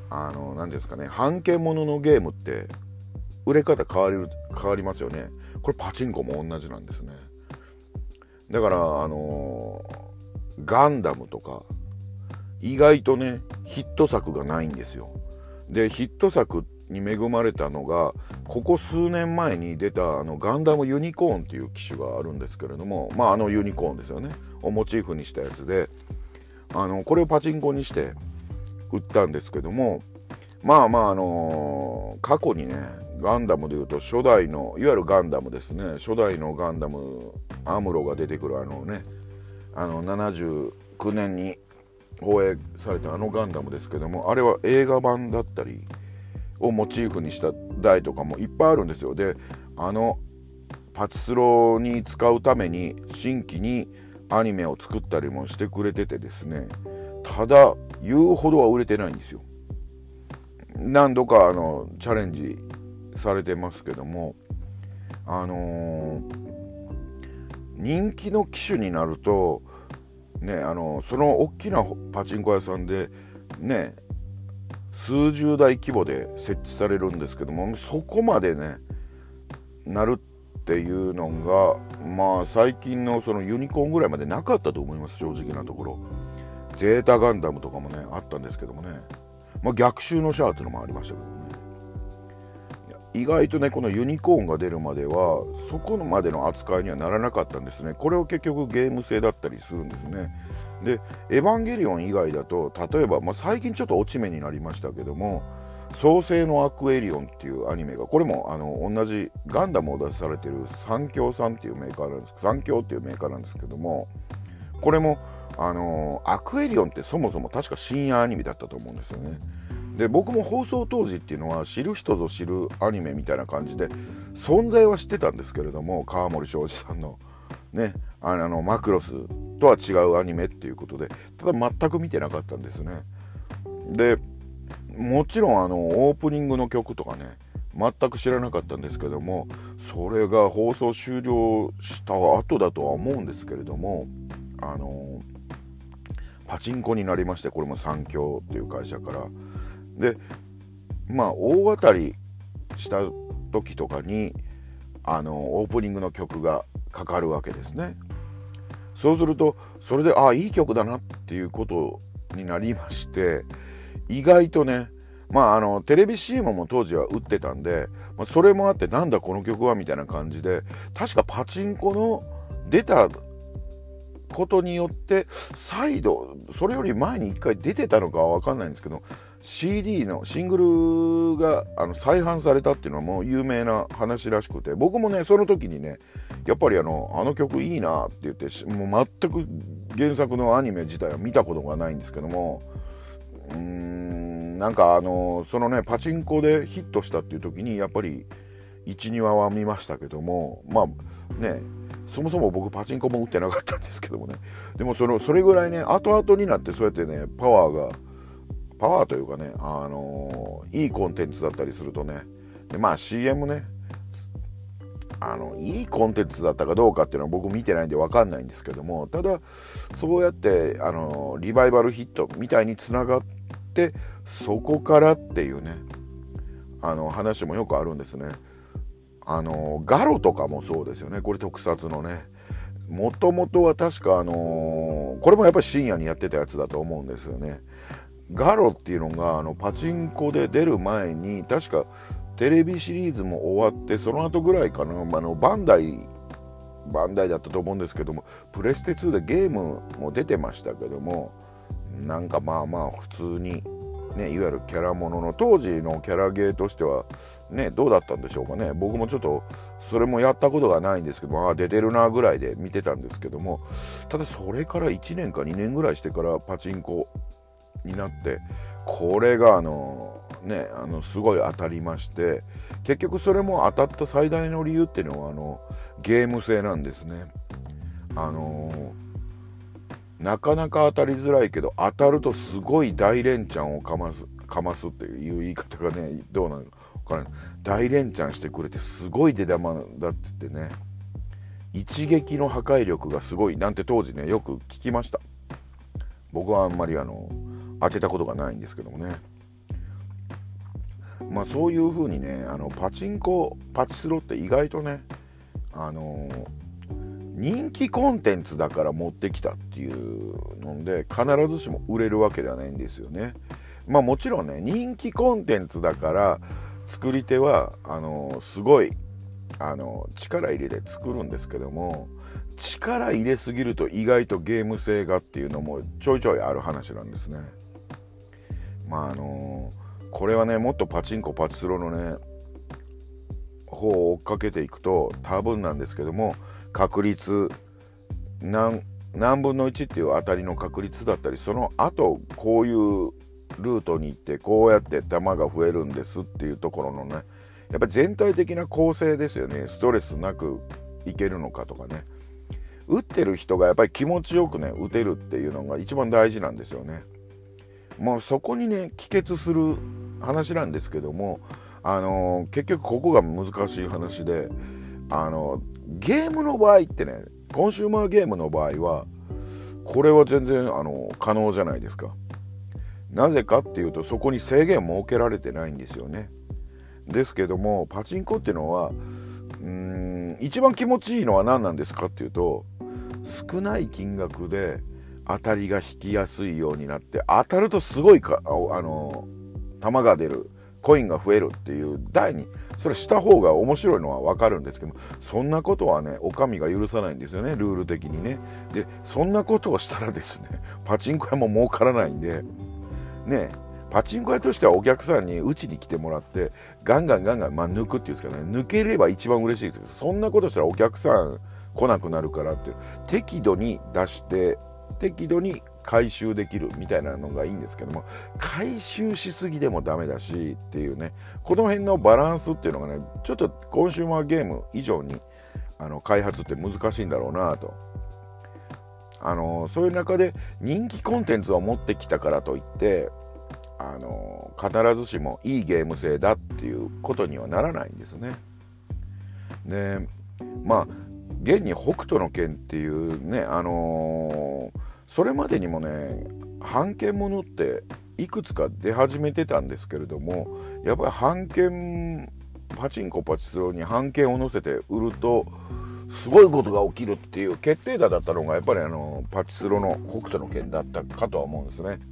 あの何ですかね、半径もののゲームって売れ方変わる変わりますよね。これパチンコも同じなんですね。だからあのガンダムとか意外とねヒット作がないんですよ。でヒット作に恵まれたのがここ数年前に出たあのガンダムユニコーンっていう機種があるんですけれども、まああのユニコーンですよねをモチーフにしたやつで、あのこれをパチンコにして売ったんですけども、まあまああのー過去にねガンダムでいうと初代のいわゆるガンダムですね、初代のガンダムアムロが出てくるあのねあのななじゅうきゅうねんに放映されたあのガンダムですけども、あれは映画版だったりをモチーフにした台とかもいっぱいあるんですよ。であのパチスロに使うために新規にアニメを作ったりもしてくれててですね、ただ言うほどは売れてないんですよ。何度かあのチャレンジされてますけども、あのー、人気の機種になるとね、あのその大きなパチンコ屋さんでね数十台規模で設置されるんですけども、そこまでねなるっていうのがまあ最近のそのユニコーンぐらいまでなかったと思います、正直なところ。ゼータガンダムとかもねあったんですけどもね、まあ、逆襲のシャアっていうのもありましたけどね、意外とねこのユニコーンが出るまではそこまでの扱いにはならなかったんですね。これを結局ゲーム性だったりするんですね。でエヴァンゲリオン以外だと例えば、まあ、最近ちょっと落ち目になりましたけども、創世のアクエリオンっていうアニメが、これもあの同じガンダムを出されてる三京さんっていうメーカーなんです三京っていうメーカーなんですけども、これもあのアクエリオンってそもそも確か深夜アニメだったと思うんですよね。で僕も放送当時っていうのは知る人ぞ知るアニメみたいな感じで存在は知ってたんですけれども、川森庄司さんのねあのマクロスとは違うアニメっていうことで、ただ全く見てなかったんですね。でもちろんあのオープニングの曲とかね全く知らなかったんですけども、それが放送終了した後だとは思うんですけれども、あのパチンコになりまして、これも三京っていう会社からで、まあ大当たりした時とかにあのオープニングの曲がかかるわけですね。そうするとそれでああいい曲だなっていうことになりまして、意外とねまああのテレビ シーエム も当時は打ってたんで、まあ、それもあってなんだこの曲はみたいな感じで、確かパチンコの出たことによって再度それより前にいっかい出てたのかは分かんないんですけど、 シーディー のシングルがあの再販されたっていうのはもう有名な話らしくて、僕もねその時にねやっぱりあのあの曲いいなって言って、もう全く原作のアニメ自体は見たことがないんですけども、うーんなんかあのそのねパチンコでヒットしたっていう時にやっぱりいち、にわは見ましたけども、まあねそもそも僕パチンコも打ってなかったんですけどもね、でもそのそれぐらいね後々になってそうやってねパワーがパワーというかね、あのー、いいコンテンツだったりするとね、でまあ シーエム ねあのいいコンテンツだったかどうかっていうのは僕見てないんで分かんないんですけども、ただそうやってあのリバイバルヒットみたいにつながってそこからっていうねあの話もよくあるんですね。あのガロとかもそうですよね。これ特撮のねもともとは確かあのー、これもやっぱり深夜にやってたやつだと思うんですよね。ガロっていうのがあのパチンコで出る前に確かテレビシリーズも終わってその後ぐらいかな、あのバンダイバンダイだったと思うんですけども、プレステツーでゲームも出てましたけども、なんかまあまあ普通にねいわゆるキャラものの当時のキャラゲーとしてはねどうだったんでしょうかね。僕もちょっとそれもやったことがないんですけども、あ出てるなぐらいで見てたんですけども、ただそれからいちねんかにねんぐらいしてからパチンコになって、これがあのねあのすごい当たりまして、結局それも当たった最大の理由っていうのはあのゲーム性なんですね。あのなかなか当たりづらいけど当たるとすごい大連チャンをかますかますっていう言い方がねどうなのか分からない。大連チャンしてくれてすごい出玉だって言ってね、一撃の破壊力がすごいなんて当時ねよく聞きました。僕はあんまりあの当てたことがないんですけどもね。 まあそういう風にね、あのパチンコパチスロって意外とね、あの人気コンテンツだから持ってきたっていうので必ずしも売れるわけではないんですよね。まあもちろんね、人気コンテンツだから作り手はあのすごいあの力入れて作るんですけども、力入れすぎると意外とゲーム性がっていうのもちょいちょいある話なんですね。まああのこれはね、もっとパチンコパチスロのね方を追っかけていくと多分なんですけども、確率 何, 何分のいちっていう当たりの確率だったり、その後こういうルートに行ってこうやって球が増えるんですっていうところのね、やっぱ全体的な構成ですよね。ストレスなくいけるのかとかね、打ってる人がやっぱり気持ちよくね打てるっていうのが一番大事なんですよね。もうそこにね帰結する話なんですけども、あのー、結局ここが難しい話で、あのー、ゲームの場合ってね、コンシューマーゲームの場合はこれは全然あの可能じゃないですか。なぜかっていうと、そこに制限設けられてないんですよね。ですけどもパチンコっていうのは、うーん一番気持ちいいのは何なんですかっていうと、少ない金額で当たりが引きやすいようになって、当たるとすごいかあの玉が出る、コインが増えるっていう台にそれした方が面白いのは分かるんですけど、そんなことはねお上が許さないんですよね、ルール的にね。でそんなことをしたらですね、パチンコ屋も儲からないんでね、パチンコ屋としてはお客さんにうちに来てもらってガンガンガンガン、まあ、抜くっていうんですかね、抜ければ一番嬉しいですけど、そんなことしたらお客さん来なくなるからって、適度に出して適度に回収できるみたいなのがいいんですけども、回収しすぎでもダメだしっていうね、この辺のバランスっていうのがね、ちょっとコンシューマーゲーム以上にあの開発って難しいんだろうなと。あのそういう中で人気コンテンツを持ってきたからといってあの必ずしもいいゲーム性だっていうことにはならないんですね。でまあ現に北斗の拳っていうね、あのー、それまでにもね版権ものっていくつか出始めてたんですけれども、やっぱり版権パチンコパチスロに版権を載せて売るとすごいことが起きるっていう決定打だったのがやっぱりあのパチスロの北斗の拳だったかとは思うんですね。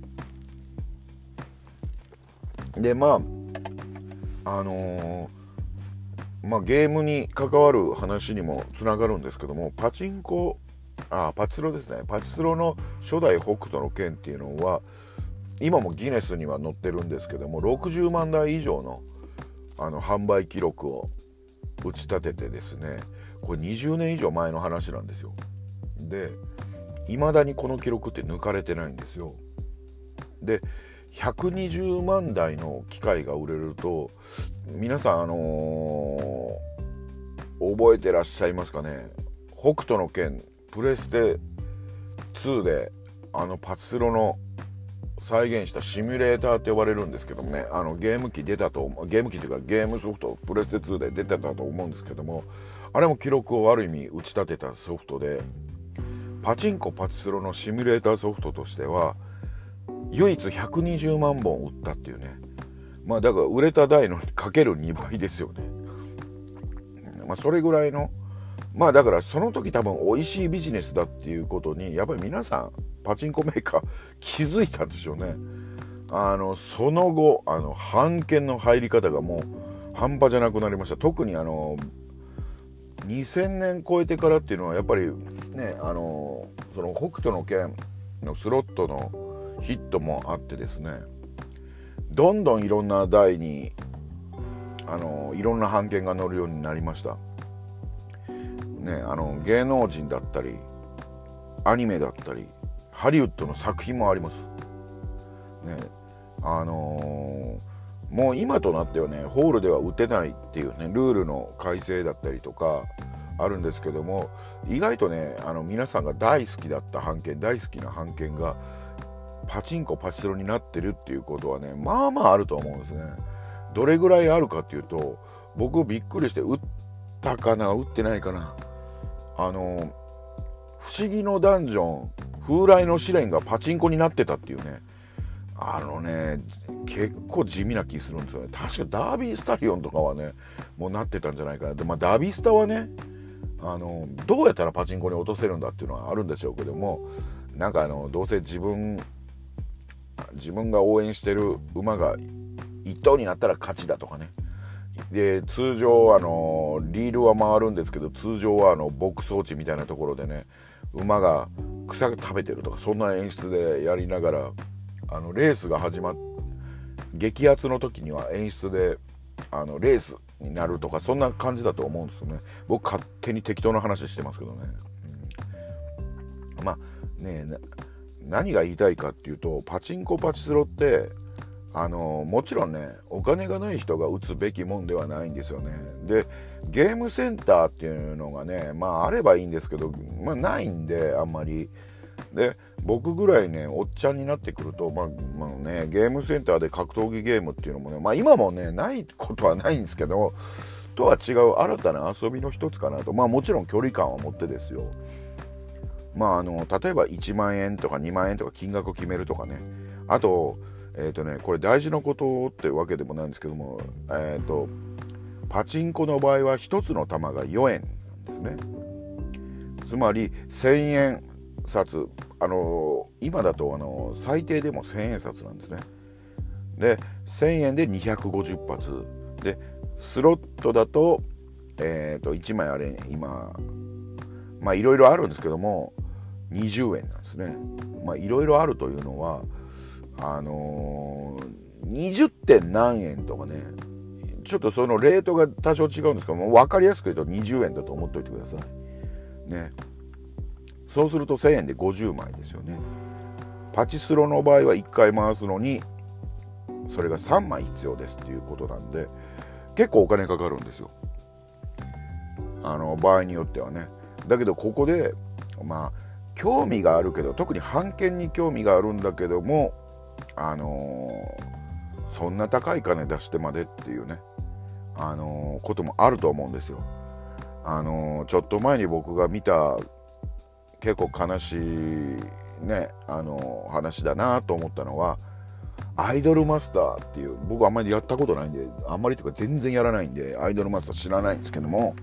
でまああのー、まあゲームに関わる話にもつながるんですけども、パチンコあパチスロですね、パチスロの初代北斗の拳っていうのは今もギネスには載ってるんですけども、ろくじゅうまんだい以上のあの販売記録を打ち立ててですね、これにじゅうねん以上前の話なんですよ。で未だにこの記録って抜かれてないんですよ。でひゃくにじゅうまんだいの機械が売れると、皆さんあのー、覚えてらっしゃいますかね、北斗の拳プレステツーであのパチスロの再現したシミュレーターって呼ばれるんですけどもね、あのゲーム機出たとゲーム機というかゲームソフトプレステツーで出てたと思うんですけども、あれも記録をある意味打ち立てたソフトで、パチンコパチスロのシミュレーターソフトとしては唯一ひゃくにじゅうまんぼん売ったっていうね、まあだから売れた台のかけるにばいですよね。まあそれぐらいの、まあだからその時多分美味しいビジネスだっていうことにやっぱり皆さんパチンコメーカー気づいたんでしょうね。あのその後あの版権の入り方がもう半端じゃなくなりました。特にあのにせんねん超えてからっていうのはやっぱりね、あのその北斗の拳のスロットのヒットもあってですね、どんどんいろんな台にあのいろんな版権が載るようになりました。ね、あの芸能人だったりアニメだったりハリウッドの作品もあります。ね、あのー、もう今となってはねホールでは打てないっていうねルールの改正だったりとかあるんですけども、意外とねあの皆さんが大好きだった版権大好きな版権がパチンコパチスロになってるっていうことはねまあまああると思うんですね。どれぐらいあるかっていうと、僕びっくりして打ったかな打ってないかな、あの不思議のダンジョン風来の試練がパチンコになってたっていうね、 あのね結構地味な気するんですよね。確かダービースタリオンとかはねもうなってたんじゃないかな。で、まあ、ダービースタはねあのどうやったらパチンコに落とせるんだっていうのはあるんでしょうけども、なんかあのどうせ自分自分が応援してる馬が一等になったら勝ちだとかね。で通常あのリールは回るんですけど、通常はあのボックス装置みたいなところでね馬が草が食べてるとか、そんな演出でやりながら、あのレースが始まっ激アツの時には演出であのレースになるとか、そんな感じだと思うんですよね。僕勝手に適当な話してますけどね、うん、まあねえ何が言いたいかっていうと、パチンコパチスロってあのもちろんねお金がない人が打つべきもんではないんですよね。でゲームセンターっていうのがねまああればいいんですけど、まあ、ないんであんまり。で僕ぐらいねおっちゃんになってくると、まあまあね、ゲームセンターで格闘技ゲームっていうのもね、まあ、今もねないことはないんですけど、とは違う新たな遊びの一つかなと。まあもちろん距離感は持ってですよ。まああの例えばいちまんえんとかにまんえんとか金額を決めるとかね。あとえっとねこれ大事なことってわけでもないんですけども、えっとパチンコの場合はひとつの玉がよえんなんですね。つまりせんえん札、あの今だとあの最低でもせんえん札なんですね。でせんえんでにひゃくごじゅっぱつで、スロットだと、えー、といちまいあれ今まあいろいろあるんですけどもにじゅうえんなんですね。まあいろいろあるというのはあのー、にじゅってん何円とかね、ちょっとそのレートが多少違うんですけども、分かりやすく言うとにじゅうえんだと思っておいてくださいね。そうするとせんえんでごじゅうまいですよね。パチスロの場合はいっかい回すのにそれがさんまい必要ですっていうことなんで、結構お金かかるんですよ、あの場合によってはね。だけどここでまあ興味があるけど、特に版権に興味があるんだけども、あのー、そんな高い金出してまでっていうね、あのー、こともあると思うんですよ。あのー、ちょっと前に僕が見た結構悲しいね、あの話だなと思ったのは、アイドルマスターっていう、僕あんまりやったことないんで、あんまりというか全然やらないんでアイドルマスター知らないんですけども、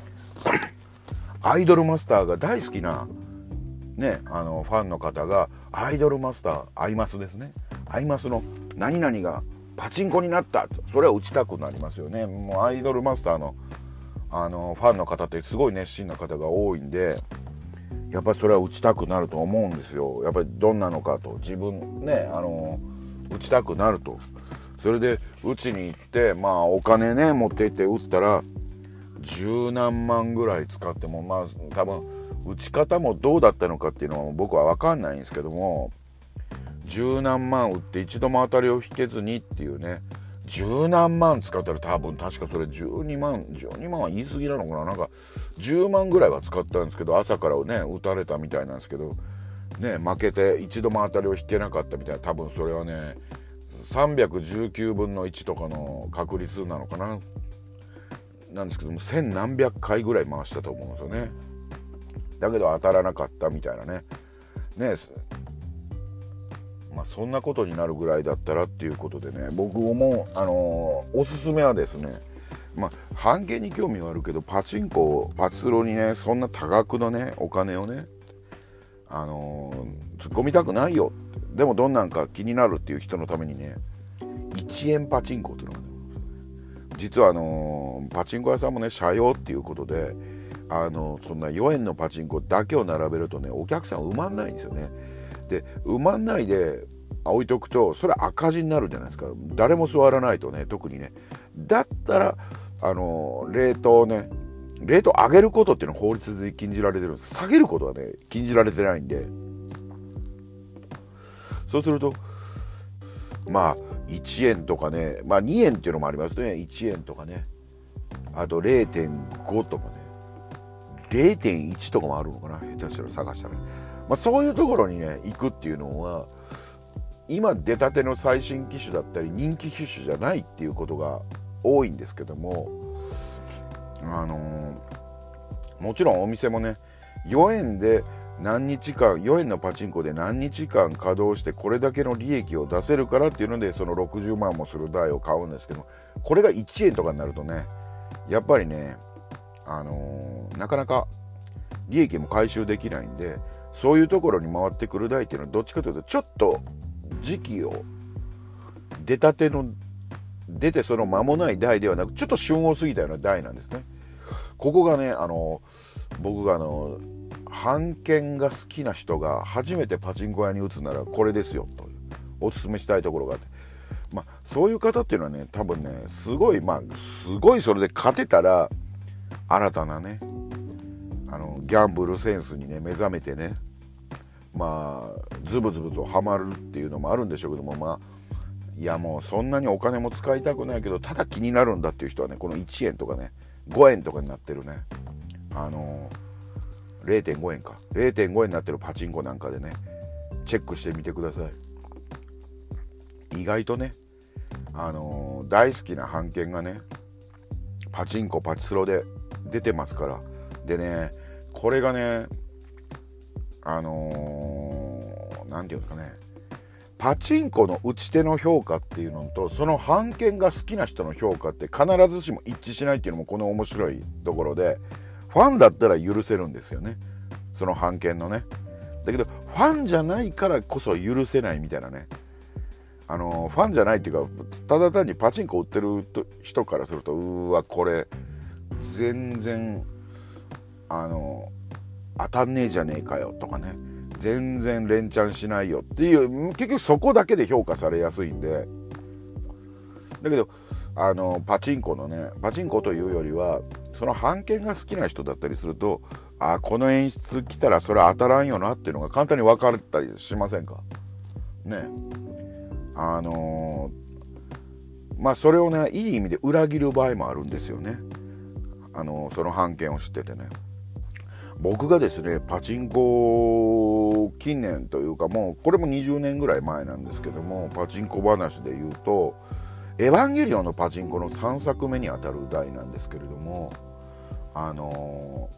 アイドルマスターが大好きなね、あのファンの方がアイドルマスター、アイマスですね、アイマスの何々がパチンコになったと、それは打ちたくなりますよね。もうアイドルマスターのあのファンの方ってすごい熱心な方が多いんで、やっぱりそれは打ちたくなると思うんですよ。やっぱりどんなのかと、自分ねあの打ちたくなると。それで打ちに行ってまあお金ね持って行って打ったら十何万ぐらい使っても、まあ多分打ち方もどうだったのかっていうのは僕は分かんないんですけども、十何万打って一度も当たりを引けずにっていうね、十何万使ったら多分確かそれじゅうにまん、じゅうにまんは言い過ぎなのかな、なんかじゅうまんぐらいは使ったんですけど、朝からね打たれたみたいなんですけどね、負けて一度も当たりを引けなかったみたいな、多分それはねさんびゃくじゅうきゅうぶんのいちとかの確率なのかな、なんですけども、千何百回ぐらい回したと思うんですよね。だけど当たらなかったみたいなね。ねまあ、そんなことになるぐらいだったらっていうことでね、僕も、あのー、おすすめはですね、まあ版権に興味はあるけどパチンコパチスロにねそんな多額のねお金をね、あのー、突っ込みたくないよ。でもどんなんか気になるっていう人のためにね、いちえんパチンコっていうのがね、実はあのー、パチンコ屋さんもね社用っていうことで、あのー、そんなよえんのパチンコだけを並べるとねお客さん埋まんないんですよね。で埋まんないで置いとくとそれ赤字になるじゃないですか。誰も座らないとね、特にね。だったらあのー、レートをねレート上げることっていうのは法律で禁じられてるんです。下げることはね禁じられてないんで、そうするとまあいちえんとかね、まあにえんっていうのもありますね。いちえんとかね、あと れいてんご とかね、れいてんいち とかもあるのかな、下手したら探したら、ね、まあそういうところにね行くっていうのは、今出たての最新機種だったり人気機種じゃないっていうことが多いんですけども、あのー、もちろんお店もねよえんで何日間よえんのパチンコで何日間稼働してこれだけの利益を出せるからっていうのでそのろくじゅうまんもする台を買うんですけど、これがいちえんとかになるとねやっぱりねあのー、なかなか利益も回収できないんで、そういうところに回ってくる台っていうのはどっちかというとちょっと時期を出たての出てその間もない台ではなくちょっと旬を過ぎたような台なんですね。ここがねあの僕があの版権が好きな人が初めてパチンコ屋に打つならこれですよとおすすめしたいところがあって、まあそういう方っていうのはね多分ねすごいまあすごいそれで勝てたら新たなねあのギャンブルセンスにね目覚めてねまあズブズブとハマるっていうのもあるんでしょうけども、まあいやもうそんなにお金も使いたくないけどただ気になるんだっていう人はねこのいちえんとかねごえんとかになってるねあの れいてんごえんか れいてんごえんになってるパチンコなんかでねチェックしてみてください。意外とねあのー、大好きな版権がねパチンコパチスロで出てますから。でねこれがねあのー、なんていうんですかねパチンコの打ち手の評価っていうのとその版権が好きな人の評価って必ずしも一致しないっていうのもこの面白いところで、ファンだったら許せるんですよねその版権のね。だけどファンじゃないからこそ許せないみたいなねあのファンじゃないっていうかただ単にパチンコ売ってる人からするとうわこれ全然あの当たんねえじゃねえかよとかね全然連チャンしないよっていう結局そこだけで評価されやすいんで。だけどあのパチンコのねパチンコというよりはその版権が好きな人だったりするとあこの演出来たらそれ当たらんよなっていうのが簡単に分かったりしませんかね。あのー、まあそれをねいい意味で裏切る場合もあるんですよね。あのー、その版権を知っててね。僕がですねパチンコ近年というかもうこれもにじゅうねんぐらい前なんですけどもパチンコ話で言うとエヴァンゲリオンのパチンコのさんさくめにあたる台なんですけれどもあの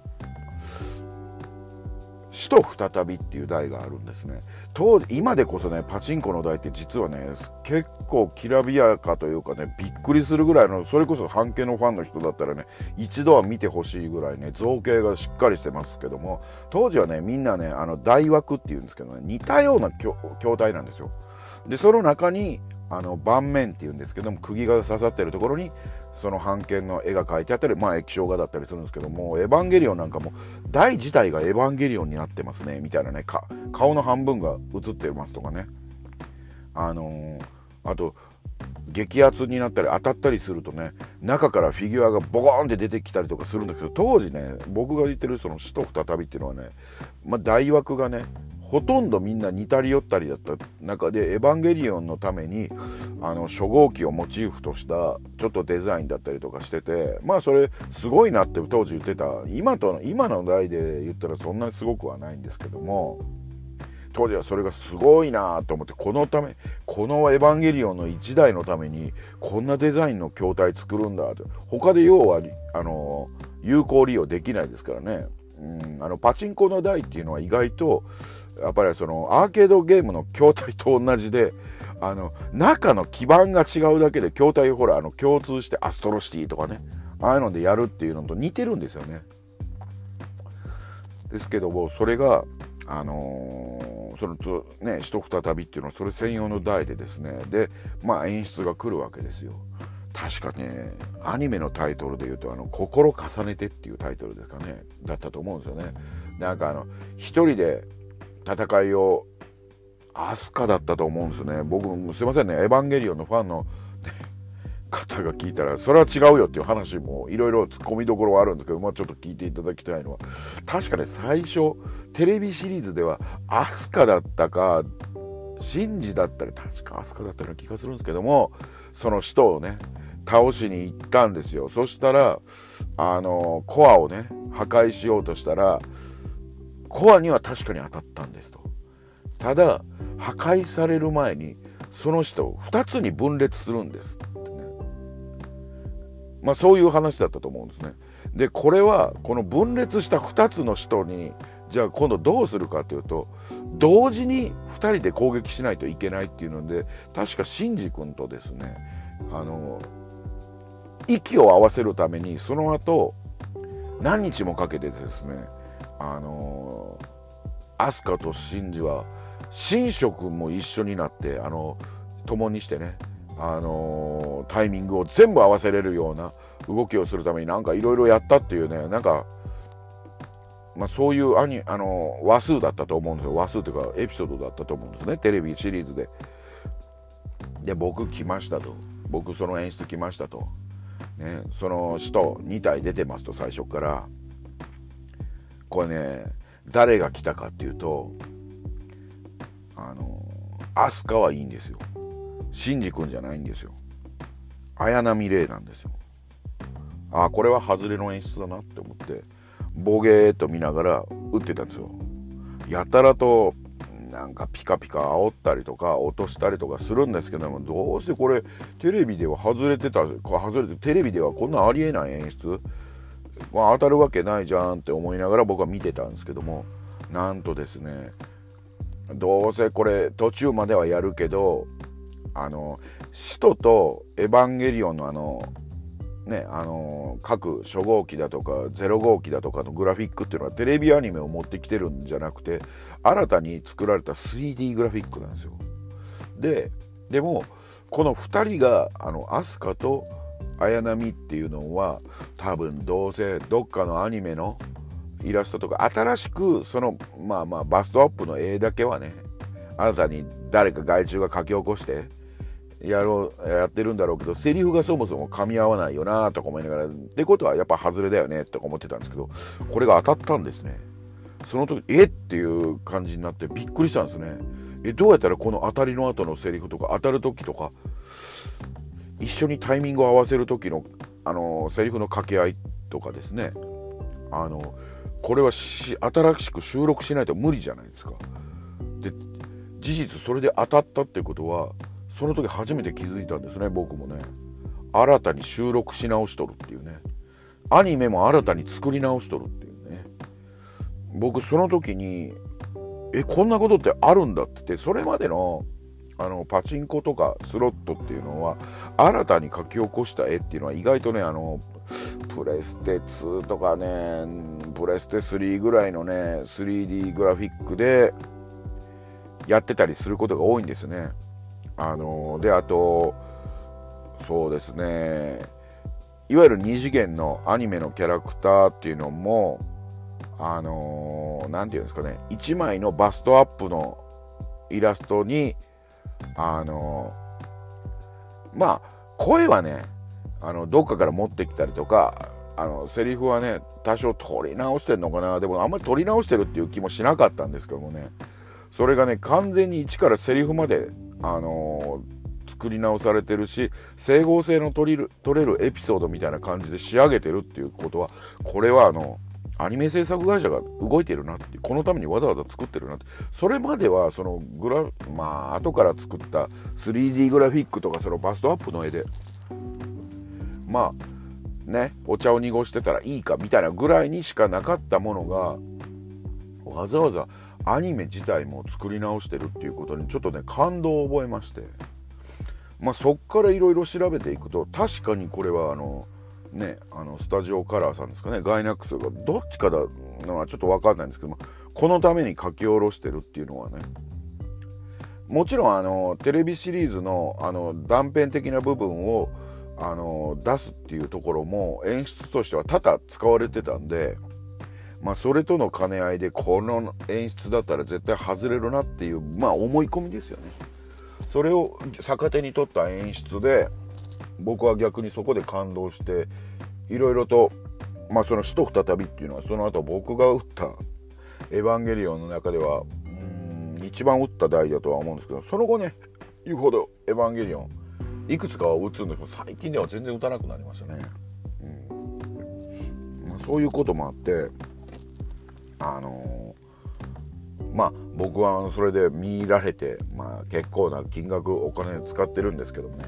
「死と再び」っていう台があるんですね。当時今でこそねパチンコの台って実はね結構きらびやかというかねびっくりするぐらいのそれこそ版権のファンの人だったらね一度は見てほしいぐらいね造形がしっかりしてますけども当時はねみんなねあの台枠っていうんですけどね似たような筐体なんですよ。でその中にあの盤面っていうんですけども釘が刺さってるところにその版権の絵が描いてあったりまあ液晶画だったりするんですけどもエヴァンゲリオンなんかも台自体がエヴァンゲリオンになってますねみたいなねか顔の半分が映ってますとかねあのー、あと激アツになったり当たったりするとね中からフィギュアがボコーンって出てきたりとかするんだけど当時ね僕が言ってるその死と再びっていうのはね、まあ、台枠がねほとんどみんな似たり寄ったりだった中でエヴァンゲリオンのためにあの初号機をモチーフとしたちょっとデザインだったりとかしててまあそれすごいなって当時言ってた今と今の代で言ったらそんなにすごくはないんですけども当時はそれがすごいなと思ってこのためこのエヴァンゲリオンのいちだいのためにこんなデザインの筐体作るんだって他で要はあの有効利用できないですからね。うんあのパチンコの台っていうのは意外とやっぱりそのアーケードゲームの筐体と同じであの中の基板が違うだけで筐体ほらあの共通してアストロシティとかねああいうのでやるっていうのと似てるんですよね。ですけどもそれがあのー、そのね死と再びっていうのはそれ専用の台でですねでまあ演出が来るわけですよ。確かねアニメのタイトルで言うと「あの心重ねて」っていうタイトルですかねだったと思うんですよね。なんかあの一人で戦いをアスカだったと思うんですよね。僕すいませんねエヴァンゲリオンのファンの方が聞いたらそれは違うよっていう話もいろいろツッコミどころはあるんですけど、まあ、ちょっと聞いていただきたいのは確かね最初テレビシリーズではアスカだったかシンジだったり確かアスカだったような気がするんですけどもその人をね倒しに行ったんですよ。そしたらあのコアをね破壊しようとしたらコアには確かに当たったんですと。ただ破壊される前にその人をふたつに分裂するんですってね。まあそういう話だったと思うんですね。でこれはこの分裂したふたつの人にじゃあ今度どうするかというと、同時にふたりで攻撃しないといけないっていうので、確かシンジ君とですね、あの息を合わせるためにその後何日もかけてですね、あのアスカとシンジは寝食も一緒になってあの共にしてね、あのタイミングを全部合わせれるような動きをするためになんかいろいろやったっていうね、なんか、まあ、そういうアニあの話数だったと思うんですよ。話数というかエピソードだったと思うんですね、テレビシリーズで。で僕来ましたと、僕その演出来ましたと、ね、その人に体出てますと、最初から。これね、誰が来たかっていうと、あのアスカはいいんですよ、シンジ君じゃないんですよ、綾波レイなんですよ。あ、これは外れの演出だなって思ってボゲーっと見ながら打ってたんですよ。やたらとなんかピカピカ煽ったりとか落としたりとかするんですけども、どうせこれテレビでは外れてた外れてテレビではこんなんありえない演出、まあ、当たるわけないじゃんって思いながら僕は見てたんですけども、なんとですね、どうせこれ途中まではやるけど、あの使徒とエヴァンゲリオンのあのね、あの各初号機だとかゼロ号機だとかのグラフィックっていうのはテレビアニメを持ってきてるんじゃなくて、新たに作られた スリーディー グラフィックなんですよ。ででもこのふたりがあのアスカと綾波っていうのは多分どうせどっかのアニメのイラストとか新しくそのまあまあバストアップの絵だけはね、新たに誰か外注が書き起こしてやろうやってるんだろうけど、セリフがそもそも噛み合わないよなとか思いながら、ってことはやっぱ外れだよねとか思ってたんですけど、これが当たったんですね。その時えっていう感じになってびっくりしたんですね。えどうやったらこの当たりの後のセリフとか当たる時とか一緒にタイミングを合わせる時のあのセリフの掛け合いとかですね、あのこれはし新しく収録しないと無理じゃないですか。で事実それで当たったってことはその時初めて気づいたんですね、僕もね。新たに収録し直しとるっていうね、アニメも新たに作り直しとるっていうね。僕その時にえこんなことってあるんだって言って、それまでのあのパチンコとかスロットっていうのは新たに書き起こした絵っていうのは意外とね、あのプレステツーとかねプレステスリーぐらいのね スリーディー グラフィックでやってたりすることが多いんですね。あのであとそうですね、いわゆるに次元のアニメのキャラクターっていうのもあのなんていうんですかね、いちまいのバストアップのイラストにあのまあ声はねあのどっかから持ってきたりとか、あのセリフはね多少取り直してんのかな、でもあんまり取り直してるっていう気もしなかったんですけどもね、それがね完全に一からセリフまであのー、作り直されてるし、整合性の取れる取れるエピソードみたいな感じで仕上げてるっていうことは、これはあのアニメ制作会社が動いてるなって、このためにわざわざ作ってるなって。それまではそのグラまあ後から作った スリーディー グラフィックとかそのバストアップの絵でまあねお茶を濁してたらいいかみたいなぐらいにしかなかったものが、わざわざアニメ自体も作り直してるっていうことにちょっとね感動を覚えまして、まあそっからいろいろ調べていくと、確かにこれはあのねあのスタジオカラーさんですかね、ガイナックスがどっちかだのはちょっと分かんないんですけども、このために書き下ろしてるっていうのはね、もちろんあのテレビシリーズのあの断片的な部分をあの出すっていうところも演出としては多々使われてたんで、まあそれとの兼ね合いでこの演出だったら絶対外れるなっていうまあ思い込みですよね。それを逆手に取った演出で僕は逆にそこで感動していろいろと、まあその死と再びっていうのはその後僕が打ったエヴァンゲリオンの中ではうーん一番打った台だとは思うんですけど、その後ね言うほどエヴァンゲリオンいくつかは打つんですけど最近では全然打たなくなりましたね。うんまあ、そういうこともあってあのー、まあ僕はそれで見入られて、まあ、結構な金額お金使ってるんですけどもね、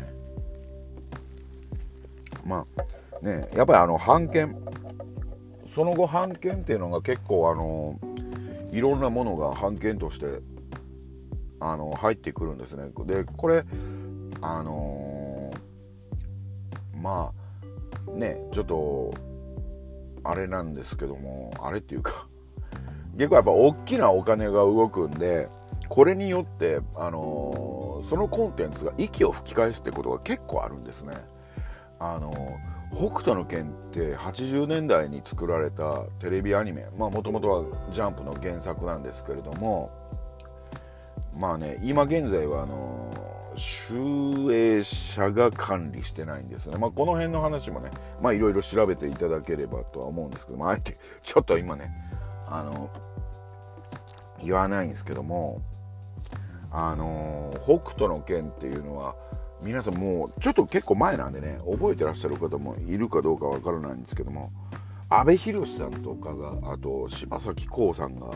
まあねやっぱりあの版権その後版権っていうのが結構あのいろんなものが版権としてあの入ってくるんですね。でこれあのー、まあねちょっとあれなんですけども、あれっていうか結構やっぱ大きなお金が動くんで、これによってあのー、そのコンテンツが息を吹き返すってことが結構あるんですね。あのー、北斗の拳ってはちじゅうねんだいに作られたテレビアニメ、まあもともとはジャンプの原作なんですけれども、まあね今現在はあのー、集英社が管理してないんですね。まあこの辺の話もねまあいろいろ調べていただければとは思うんですけども、あえてちょっと今ねあの言わないんですけども、あのー、北斗の拳っていうのは皆さんもうちょっと結構前なんでね覚えてらっしゃる方もいるかどうかわからないんですけども、阿部寛さんとかが、あと柴咲コウさんが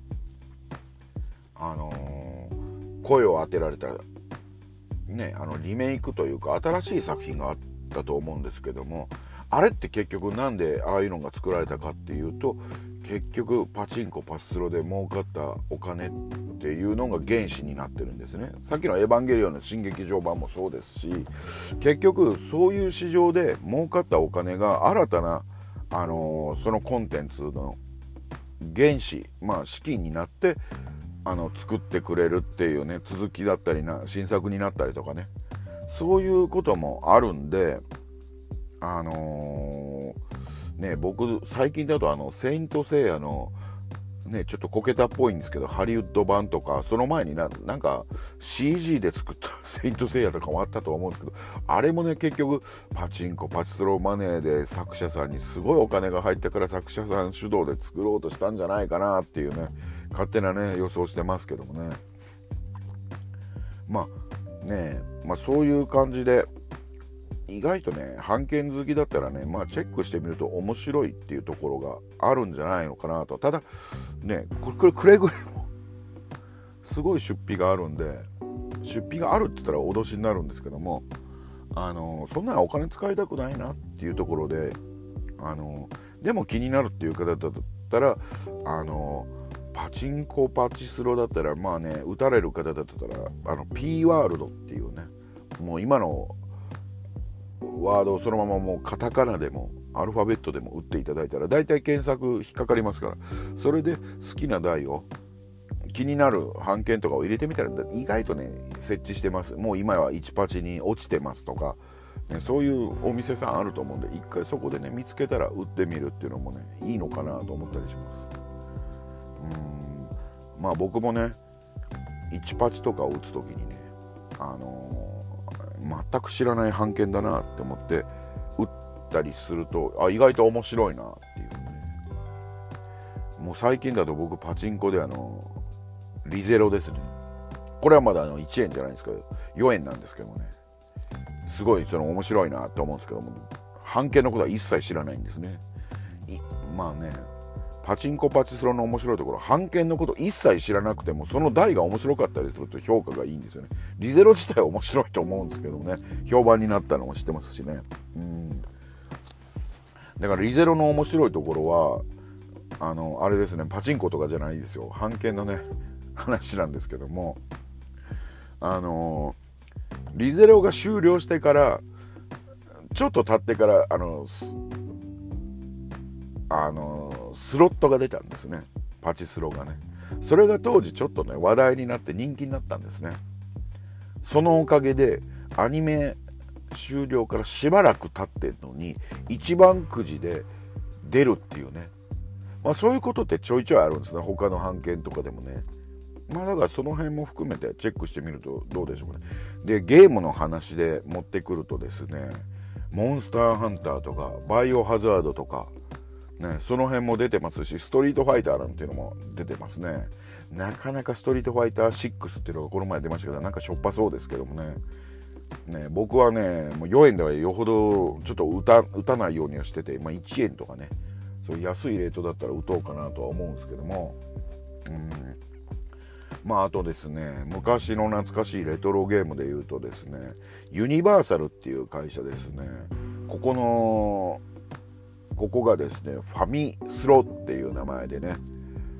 あのー、声を当てられたねあのリメイクというか新しい作品があったと思うんですけども、あれって結局なんでああいうのが作られたかっていうと、結局パチンコパチスロで儲かったお金っていうのが原資になってるんですね。さっきのエヴァンゲリオンの新劇場版もそうですし、結局そういう市場で儲かったお金が新たな、あのー、そのコンテンツの原資、まあ資金になってあの作ってくれるっていうね、続きだったりな新作になったりとかね、そういうこともあるんで、あのー、ね僕最近だとあのセイントセイヤのねちょっとこけたっぽいんですけどハリウッド版とか、その前にななんか シージー で作ったセイントセイヤとかもあったと思うんですけど、あれもね結局パチンコパチスロマネーで作者さんにすごいお金が入ったから作者さん主導で作ろうとしたんじゃないかなっていうね勝手なね予想してますけどもね。まあねまあそういう感じで意外とね版権好きだったらねまあチェックしてみると面白いっていうところがあるんじゃないのかなと。ただねこれくれぐれもすごい出費があるんで、出費があるって言ったら脅しになるんですけども、あのそんなにお金使いたくないなっていうところで、あのでも気になるっていう方だったらあのパチンコパチスロだったらまあね打たれる方だったらあの P ワールドっていうね、もう今のワードをそのままもうカタカナでもアルファベットでも打っていただいたら大体検索引っかかりますから、それで好きな台を気になる版権とかを入れてみたら意外とね設置してます。もう今はいちパチに落ちてますとか、ね、そういうお店さんあると思うんで一回そこでね見つけたら売ってみるっていうのもねいいのかなと思ったりします。うーんまあ僕もねいちパチとかを打つ時にねあのー、全く知らない版権だなって思って打ったりするとあ意外と面白いなっていうね。もう最近だと僕パチンコであのリゼロですね。これはまだあのいちえんじゃないんですけどよえんなんですけどもね、すごいその面白いなって思うんですけども、版権のことは一切知らないんですね。まあねパチンコパチスロの面白いところ、版権のこと一切知らなくてもその台が面白かったりすると評価がいいんですよね。リゼロ自体は面白いと思うんですけどね、評判になったのも知ってますしね。うんだからリゼロの面白いところはあのあれですね、パチンコとかじゃないですよ、版権のね話なんですけども、あのリゼロが終了してからちょっと経ってからあのあのスロットが出たんですね、パチスロがね。それが当時ちょっとね話題になって人気になったんですね。そのおかげでアニメ終了からしばらく経ってるのに一番くじで出るっていうね、まあそういうことってちょいちょいあるんですね、他の版権とかでもね。まあだからその辺も含めてチェックしてみるとどうでしょうかね。でゲームの話で持ってくるとですね、モンスターハンターとかバイオハザードとかね、その辺も出てますし、ストリートファイターなんていうのも出てますね。なかなかストリートファイターシックスっていうのがこの前出ましたけど、なんかしょっぱそうですけどもね。ね僕はね、もうよえんではよほどちょっと打た、打たないようにはしてて、まあ、いちえんとかね、そういう安いレートだったら打とうかなとは思うんですけども、うんまああとですね、昔の懐かしいレトロゲームで言うとですね、ユニバーサルっていう会社ですね、ここのここがですねファミスロっていう名前でね、フ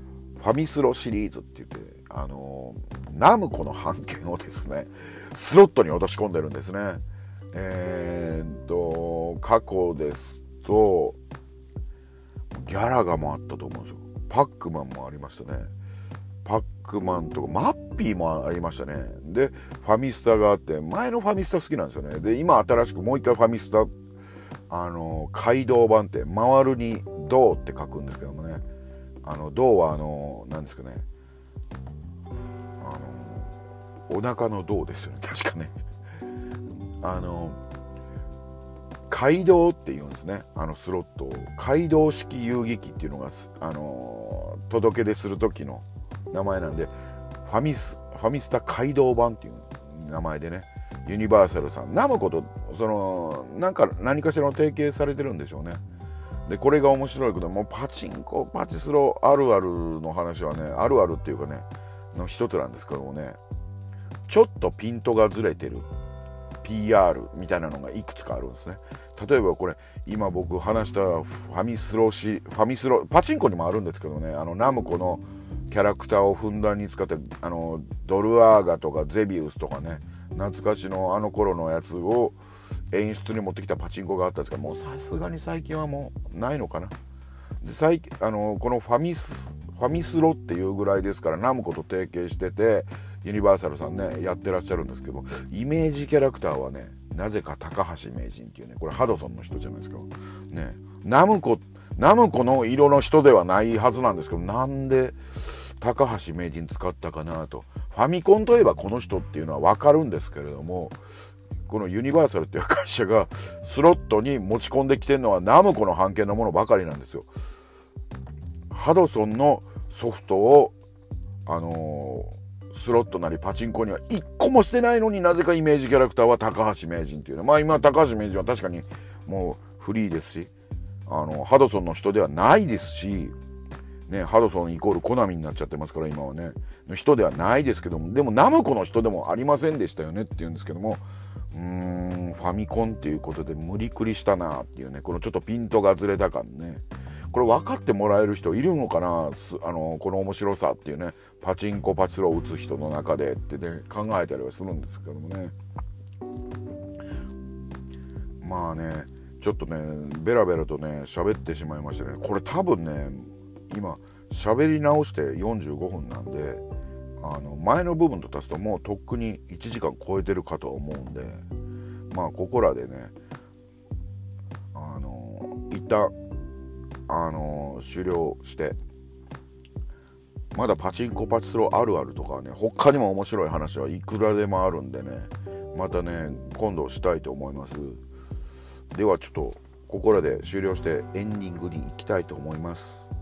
ファミスロシリーズって言って、あのナムコの版権をですねスロットに落とし込んでるんですね。えー、っと過去ですとギャラガもあったと思うんですよ。パックマンもありましたね。パックマンとかマッピーもありましたね。でファミスタがあって、前のファミスタ好きなんですよね。で今新しくもう一回ファミスタ、あの街道版って、回るに銅って書くんですけどもね、あの銅はあの何ですかね、あのお腹の銅ですよね、確かね。あの街道っていうんですね、あのスロットを街道式遊戯機っていうのが、あの届け出する時の名前なんで、ファミスファミスタ街道版っていう名前でね、ユニバーサルさん、ナムコとそのなんか何かしらの提携されてるんでしょうね。でこれが面白いけど、もうパチンコパチスロあるあるの話はね、あるあるっていうかねの一つなんですけどもね、ちょっとピントがずれてる ピーアール みたいなのがいくつかあるんですね。例えばこれ今僕話したファミスロしファミスロパチンコにもあるんですけどね、あのナムコのキャラクターをふんだんに使って、あのドルアーガとかゼビウスとかね、懐かしのあの頃のやつを演出に持ってきたパチンコがあったんですが、もうさすがに最近はもうないのかな。で最あのこのファミスファミスロっていうぐらいですから、ナムコと提携しててユニバーサルさんねやってらっしゃるんですけど、イメージキャラクターはね、なぜか高橋名人っていうね、これハドソンの人じゃないですかね。ナムコナムコの色の人ではないはずなんですけど、なんで高橋名人使ったかなと。ファミコンといえばこの人っていうのは分かるんですけれども、このユニバーサルっていう会社がスロットに持ち込んできてるのはナムコの版権のものばかりなんですよ。ハドソンのソフトを、あのー、スロットなりパチンコにはいっこもしてないのに、なぜかイメージキャラクターは高橋名人っていうね。まあ今高橋名人は確かにもうフリーですし、あのハドソンの人ではないですし、ね、ハドソンイコールコナミになっちゃってますから今はね、の人ではないですけども、でもナムコの人でもありませんでしたよねっていうんですけども、うーんファミコンっていうことで無理くりしたなっていうね、このちょっとピントがずれた感ね、これ分かってもらえる人いるのかな、あのこの面白さっていうね、パチンコパチスロを打つ人の中でってね考えたりはするんですけどもね。まあね、ちょっとねベラベラとね喋ってしまいましたね。これ多分ね今喋り直してよんじゅうごふんなんで、あの前の部分と足すともうとっくにいちじかん超えてるかとは思うんで、まあここらでねあの一旦あの終了して、まだパチンコパチスロあるあるとかね、他にも面白い話はいくらでもあるんでね、またね今度したいと思います。ではちょっとここらで終了してエンディングに行きたいと思います。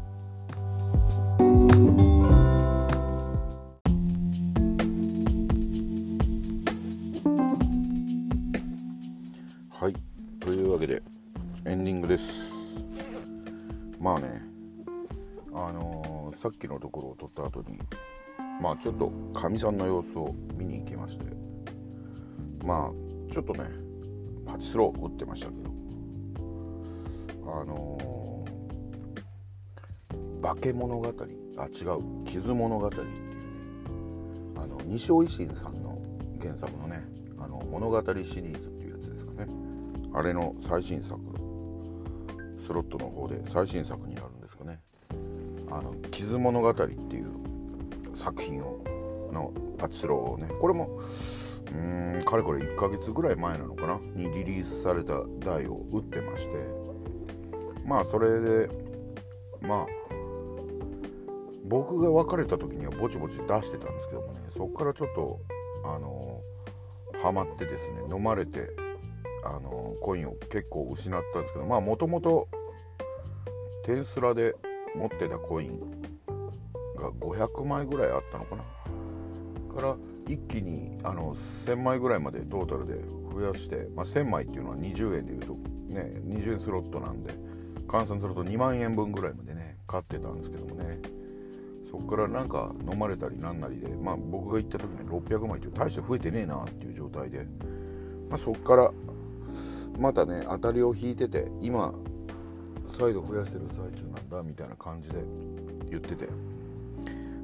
はい、というわけでエンディングです。まあね、あのー、さっきのところを撮った後に、まあちょっとかみさんの様子を見に行きまして、まあちょっとねパチスロ打ってましたけど、あのー、化け物語、あ違う傷物語っていうね、あの西尾維新さんの原作のね、あの物語シリーズっていうやつですかね、あれの最新作、スロットの方で最新作になるんですかね、あの傷物語っていう作品をのパチスロをね、これもうーんかれこれいっかげつぐらい前なのかなにリリースされた台を打ってまして、まあそれでまあ僕が別れた時にはぼちぼち出してたんですけどもね、そこからちょっとあのハマってですね、飲まれてあのコインを結構失ったんですけど、まあもともとテンスラで持ってたコインがごひゃくまいぐらいあったのかな、から一気にあのせんまいぐらいまでトータルで増やして、まあ、せんまいっていうのはにじゅうえんでいうとね、にじゅうえんスロットなんで換算するとにまんえんぶんぐらいまでね買ってたんですけどもね、そこからなんか飲まれたりなんなりで、まあ僕が行った時にろっぴゃくまいって大して増えてねえなっていう状態で、まあ、そこからまたね当たりを引いてて、今再度増やしてる最中なんだみたいな感じで言ってて、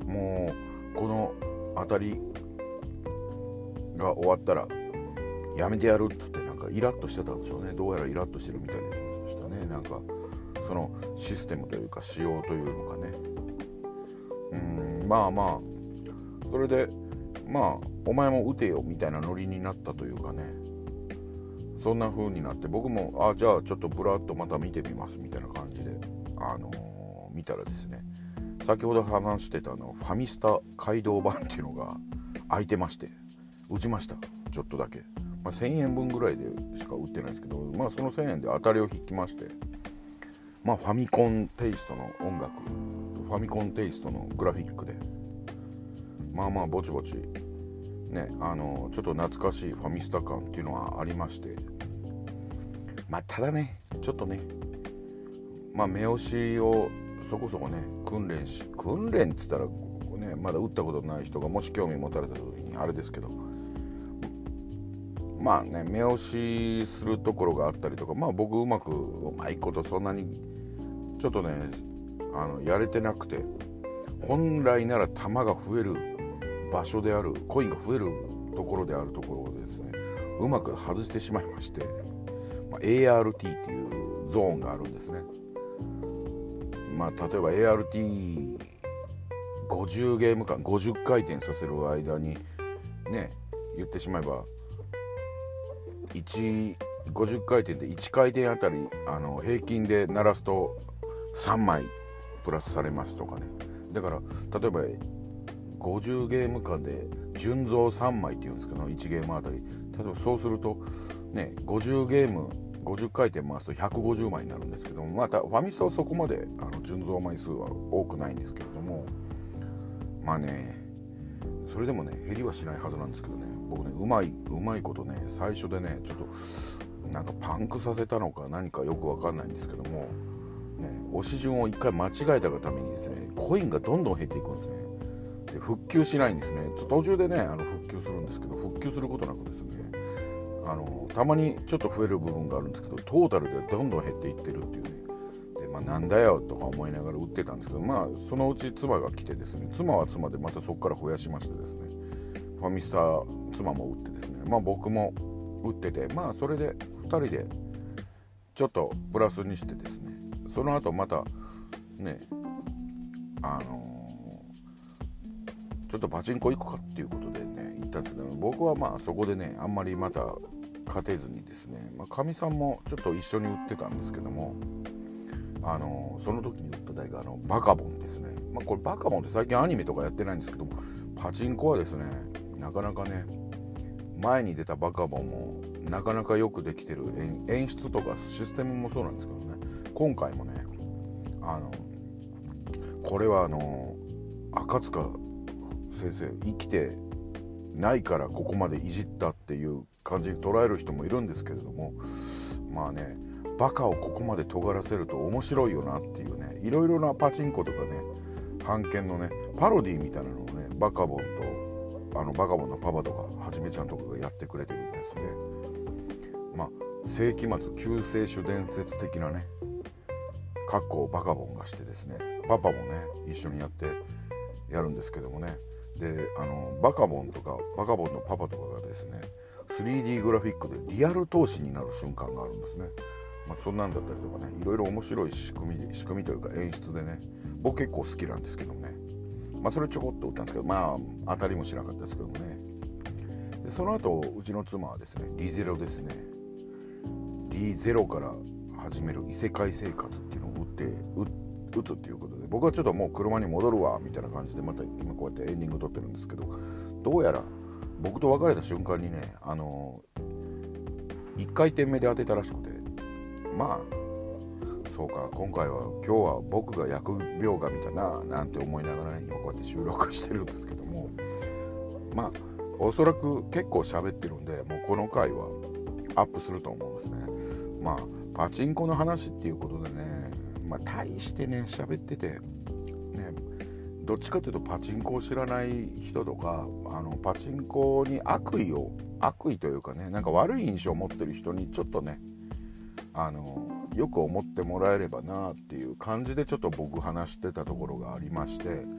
もうこの当たりが終わったらやめてやるっつってなんかイラッとしてたんでしょうね。どうやらイラッとしてるみたいでしたね。なんかそのシステムというか仕様というのがね、うーんまあまあそれでまあお前も打てよみたいなノリになったというかね、そんな風になって僕もあじゃあちょっとブラッとまた見てみますみたいな感じであのー、見たらですね、先ほど話してたのファミスタ街道版っていうのが空いてまして打ちました。ちょっとだけ、まあ、せんえんぶんぐらいでしか売ってないんですけど、まあそのせんえんで当たりを引きまして、まあファミコンテイストの音楽、ファミコンテイストのグラフィックでまあまあぼちぼちね、あのちょっと懐かしいファミスタ感っていうのはありまして、まあただねちょっとねまあ目押しをそこそこね訓練し訓練って言ったらねまだ打ったことない人がもし興味持たれた時にあれですけど、まあね目押しするところがあったりとか、まあ僕うまくうまいことそんなにちょっとねあのやれてなくて、本来なら弾が増える場所であるコインが増えるところであるところをですねうまく外してしまいまして、まあ、エーアールティー っていうゾーンがあるんですね。まあ例えば エーアールティーごじゅう ゲーム間ごじゅっかい転させる間にね言ってしまえばいちごじゅっかい転でいちかい転あたりあの平均で鳴らすとさんまいプラスされますとかね。だから例えばごじゅうゲーム間で純増さんまいっていうんですけどいちゲームあたり、例えばそうするとねごじゅうゲームごじゅっかい転回すとひゃくごじゅうまいになるんですけども、またファミスタはそこまであの純増枚数は多くないんですけれども、まあねそれでもね減りはしないはずなんですけどね、僕ねうまいうまいことね最初でねちょっとなんかパンクさせたのか何かよくわかんないんですけどもね、押し順を一回間違えたがためにですねコインがどんどん減っていくんですね。で復旧しないんですね。途中でねあの復旧するんですけど復旧することなくですねあのたまにちょっと増える部分があるんですけどトータルでどんどん減っていってるっていうね。で、まあ、なんだよとか思いながら売ってたんですけど、まあそのうち妻が来てですね、妻は妻でまたそこから増やしましてですね、ファミスタ妻も売ってですね、まあ僕も売ってて、まあそれでふたりでちょっとプラスにしてですね、その後またねあのー、ちょっとパチンコ行くかっていうことでね行ったんですけど、僕はまあそこでねあんまりまた勝てずにですね、まあ、かみさんもちょっと一緒に売ってたんですけども、あのー、その時に売った台があのバカボンですね。まあこれバカボンって最近アニメとかやってないんですけども、パチンコはですねなかなかね前に出たバカボンもなかなかよくできてる、演出とかシステムもそうなんですけどね、今回もねあのこれはあの赤塚先生生きてないからここまでいじったっていう感じに捉える人もいるんですけれども、まあねバカをここまで尖らせると面白いよなっていうね、いろいろなパチンコとかね版権のねパロディみたいなのをねバカボンとあのバカボンのパパとかはじめちゃんとかがやってくれてるんですね。まあ世紀末救世主伝説的なね格好をバカボンがしてですね、パパもね一緒にやってやるんですけどもね、であのバカボンとかバカボンのパパとかがですね スリーディー グラフィックでリアル投資になる瞬間があるんですね。まあ、そんなんだったりとかねいろいろ面白い仕組み仕組みというか演出でね僕結構好きなんですけどね、まあそれちょこっと打ったんですけど、まあ当たりもしなかったですけどもね。でその後うちの妻はですねリゼロですね、リゼロから始める異世界生活っていうのを打って打つっていうことで、僕はちょっともう車に戻るわみたいな感じでまた今こうやってエンディング撮ってるんですけど、どうやら僕と別れた瞬間にねあのいっかい転目で当てたらしくて、まあそうか今回は今日は僕が疫病神だななんて思いながらね今こうやって収録してるんですけども、まあおそらく結構喋ってるんでもうこの回はアップすると思うんですね。まあパチンコの話っていうことでね、まあ大してね喋っててね、どっちかというとパチンコを知らない人とかあのパチンコに悪意を悪意というかねなんか悪い印象を持ってる人にちょっとねあのよく思ってもらえればなっていう感じでちょっと僕話してたところがありまして、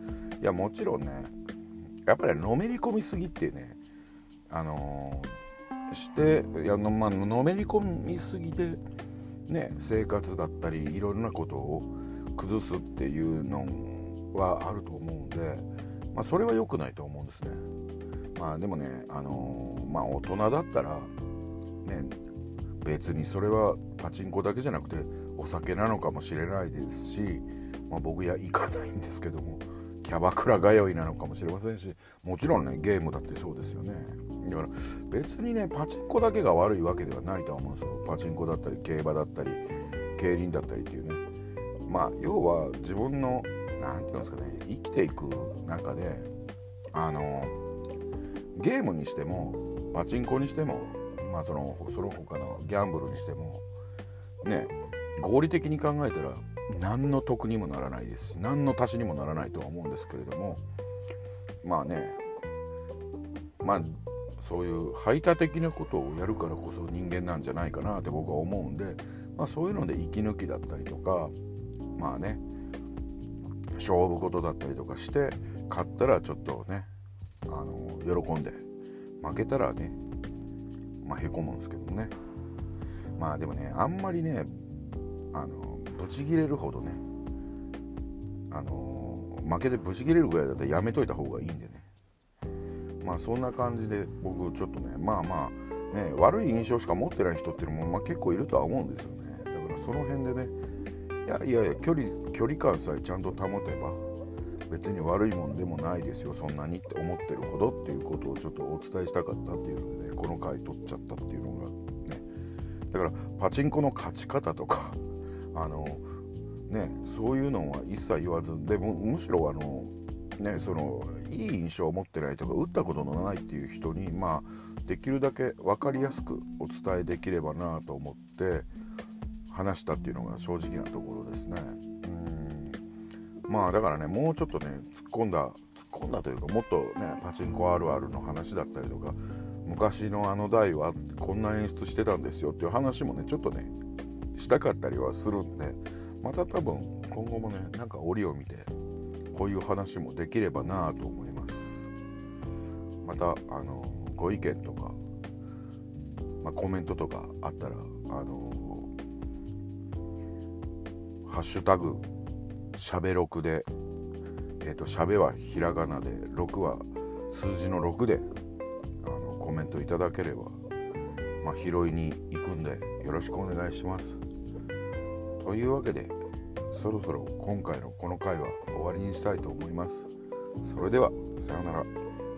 いやもちろんね、やっぱりのめり込みすぎってね、あのー、していやの、まあのめり込みすぎてね、生活だったりいろんなことを崩すっていうのはあると思うんで、まあ、それは良くないと思うんですね。まあでもね、あのー、まあ大人だったらね、別にそれはパチンコだけじゃなくてお酒なのかもしれないですし、まあ、僕や行かないんですけども、キャバクラ通いなのかもしれませんし、もちろんねゲームだってそうですよね。だから別にねパチンコだけが悪いわけではないとは思うんですよ。パチンコだったり競馬だったり競輪だったりっていうね、まあ要は自分のなんていうんですかね、生きていく中であのゲームにしてもパチンコにしても、まあそのその他のギャンブルにしてもね、合理的に考えたら何の得にもならないですし、何の足しにもならないとは思うんですけれども、まあね、まあそういう排他的なことをやるからこそ人間なんじゃないかなって僕は思うんで、まあ、そういうので息抜きだったりとか、まあね勝負事だったりとかして勝ったらちょっとねあの喜んで、負けたらねまあへこむんですけどね。まあでもね、あんまりねあのブチギレるほどね、あの負けてブチギレるぐらいだったらやめといた方がいいんでね。まあそんな感じで僕ちょっとね、まあまあね悪い印象しか持ってない人っていうのも、まあ、結構いるとは思うんですよね。だからその辺でね、いやいやいや距離距離感さえちゃんと保てば別に悪いもんでもないですよ、そんなにって思ってるほどっていうことをちょっとお伝えしたかったっていうのでね、この回取っちゃったっていうのがね。だからパチンコの勝ち方とかあのねそういうのは一切言わずで、む, むしろあのねそのいい印象を持ってないとか打ったことのないっていう人に、まあできるだけ分かりやすくお伝えできればなと思って話したっていうのが正直なところですね。うーんまあだからね、もうちょっとね突っ込んだ突っ込んだというか、もっとねパチンコあるあるの話だったりとか、昔のあの台はこんな演出してたんですよっていう話もねちょっとねしたかったりはするんで、また多分今後もねなんか折を見てこういう話もできればなと思います。またあのご意見とか、まあ、コメントとかあったらあのハッシュタグしゃべろくで、えーとしゃべはひらがなでろくは数字のろくであのコメントいただければ、まあ、拾いに行くんでよろしくお願いします。というわけでそろそろ今回のこの回は終わりにしたいと思います。それではさようなら。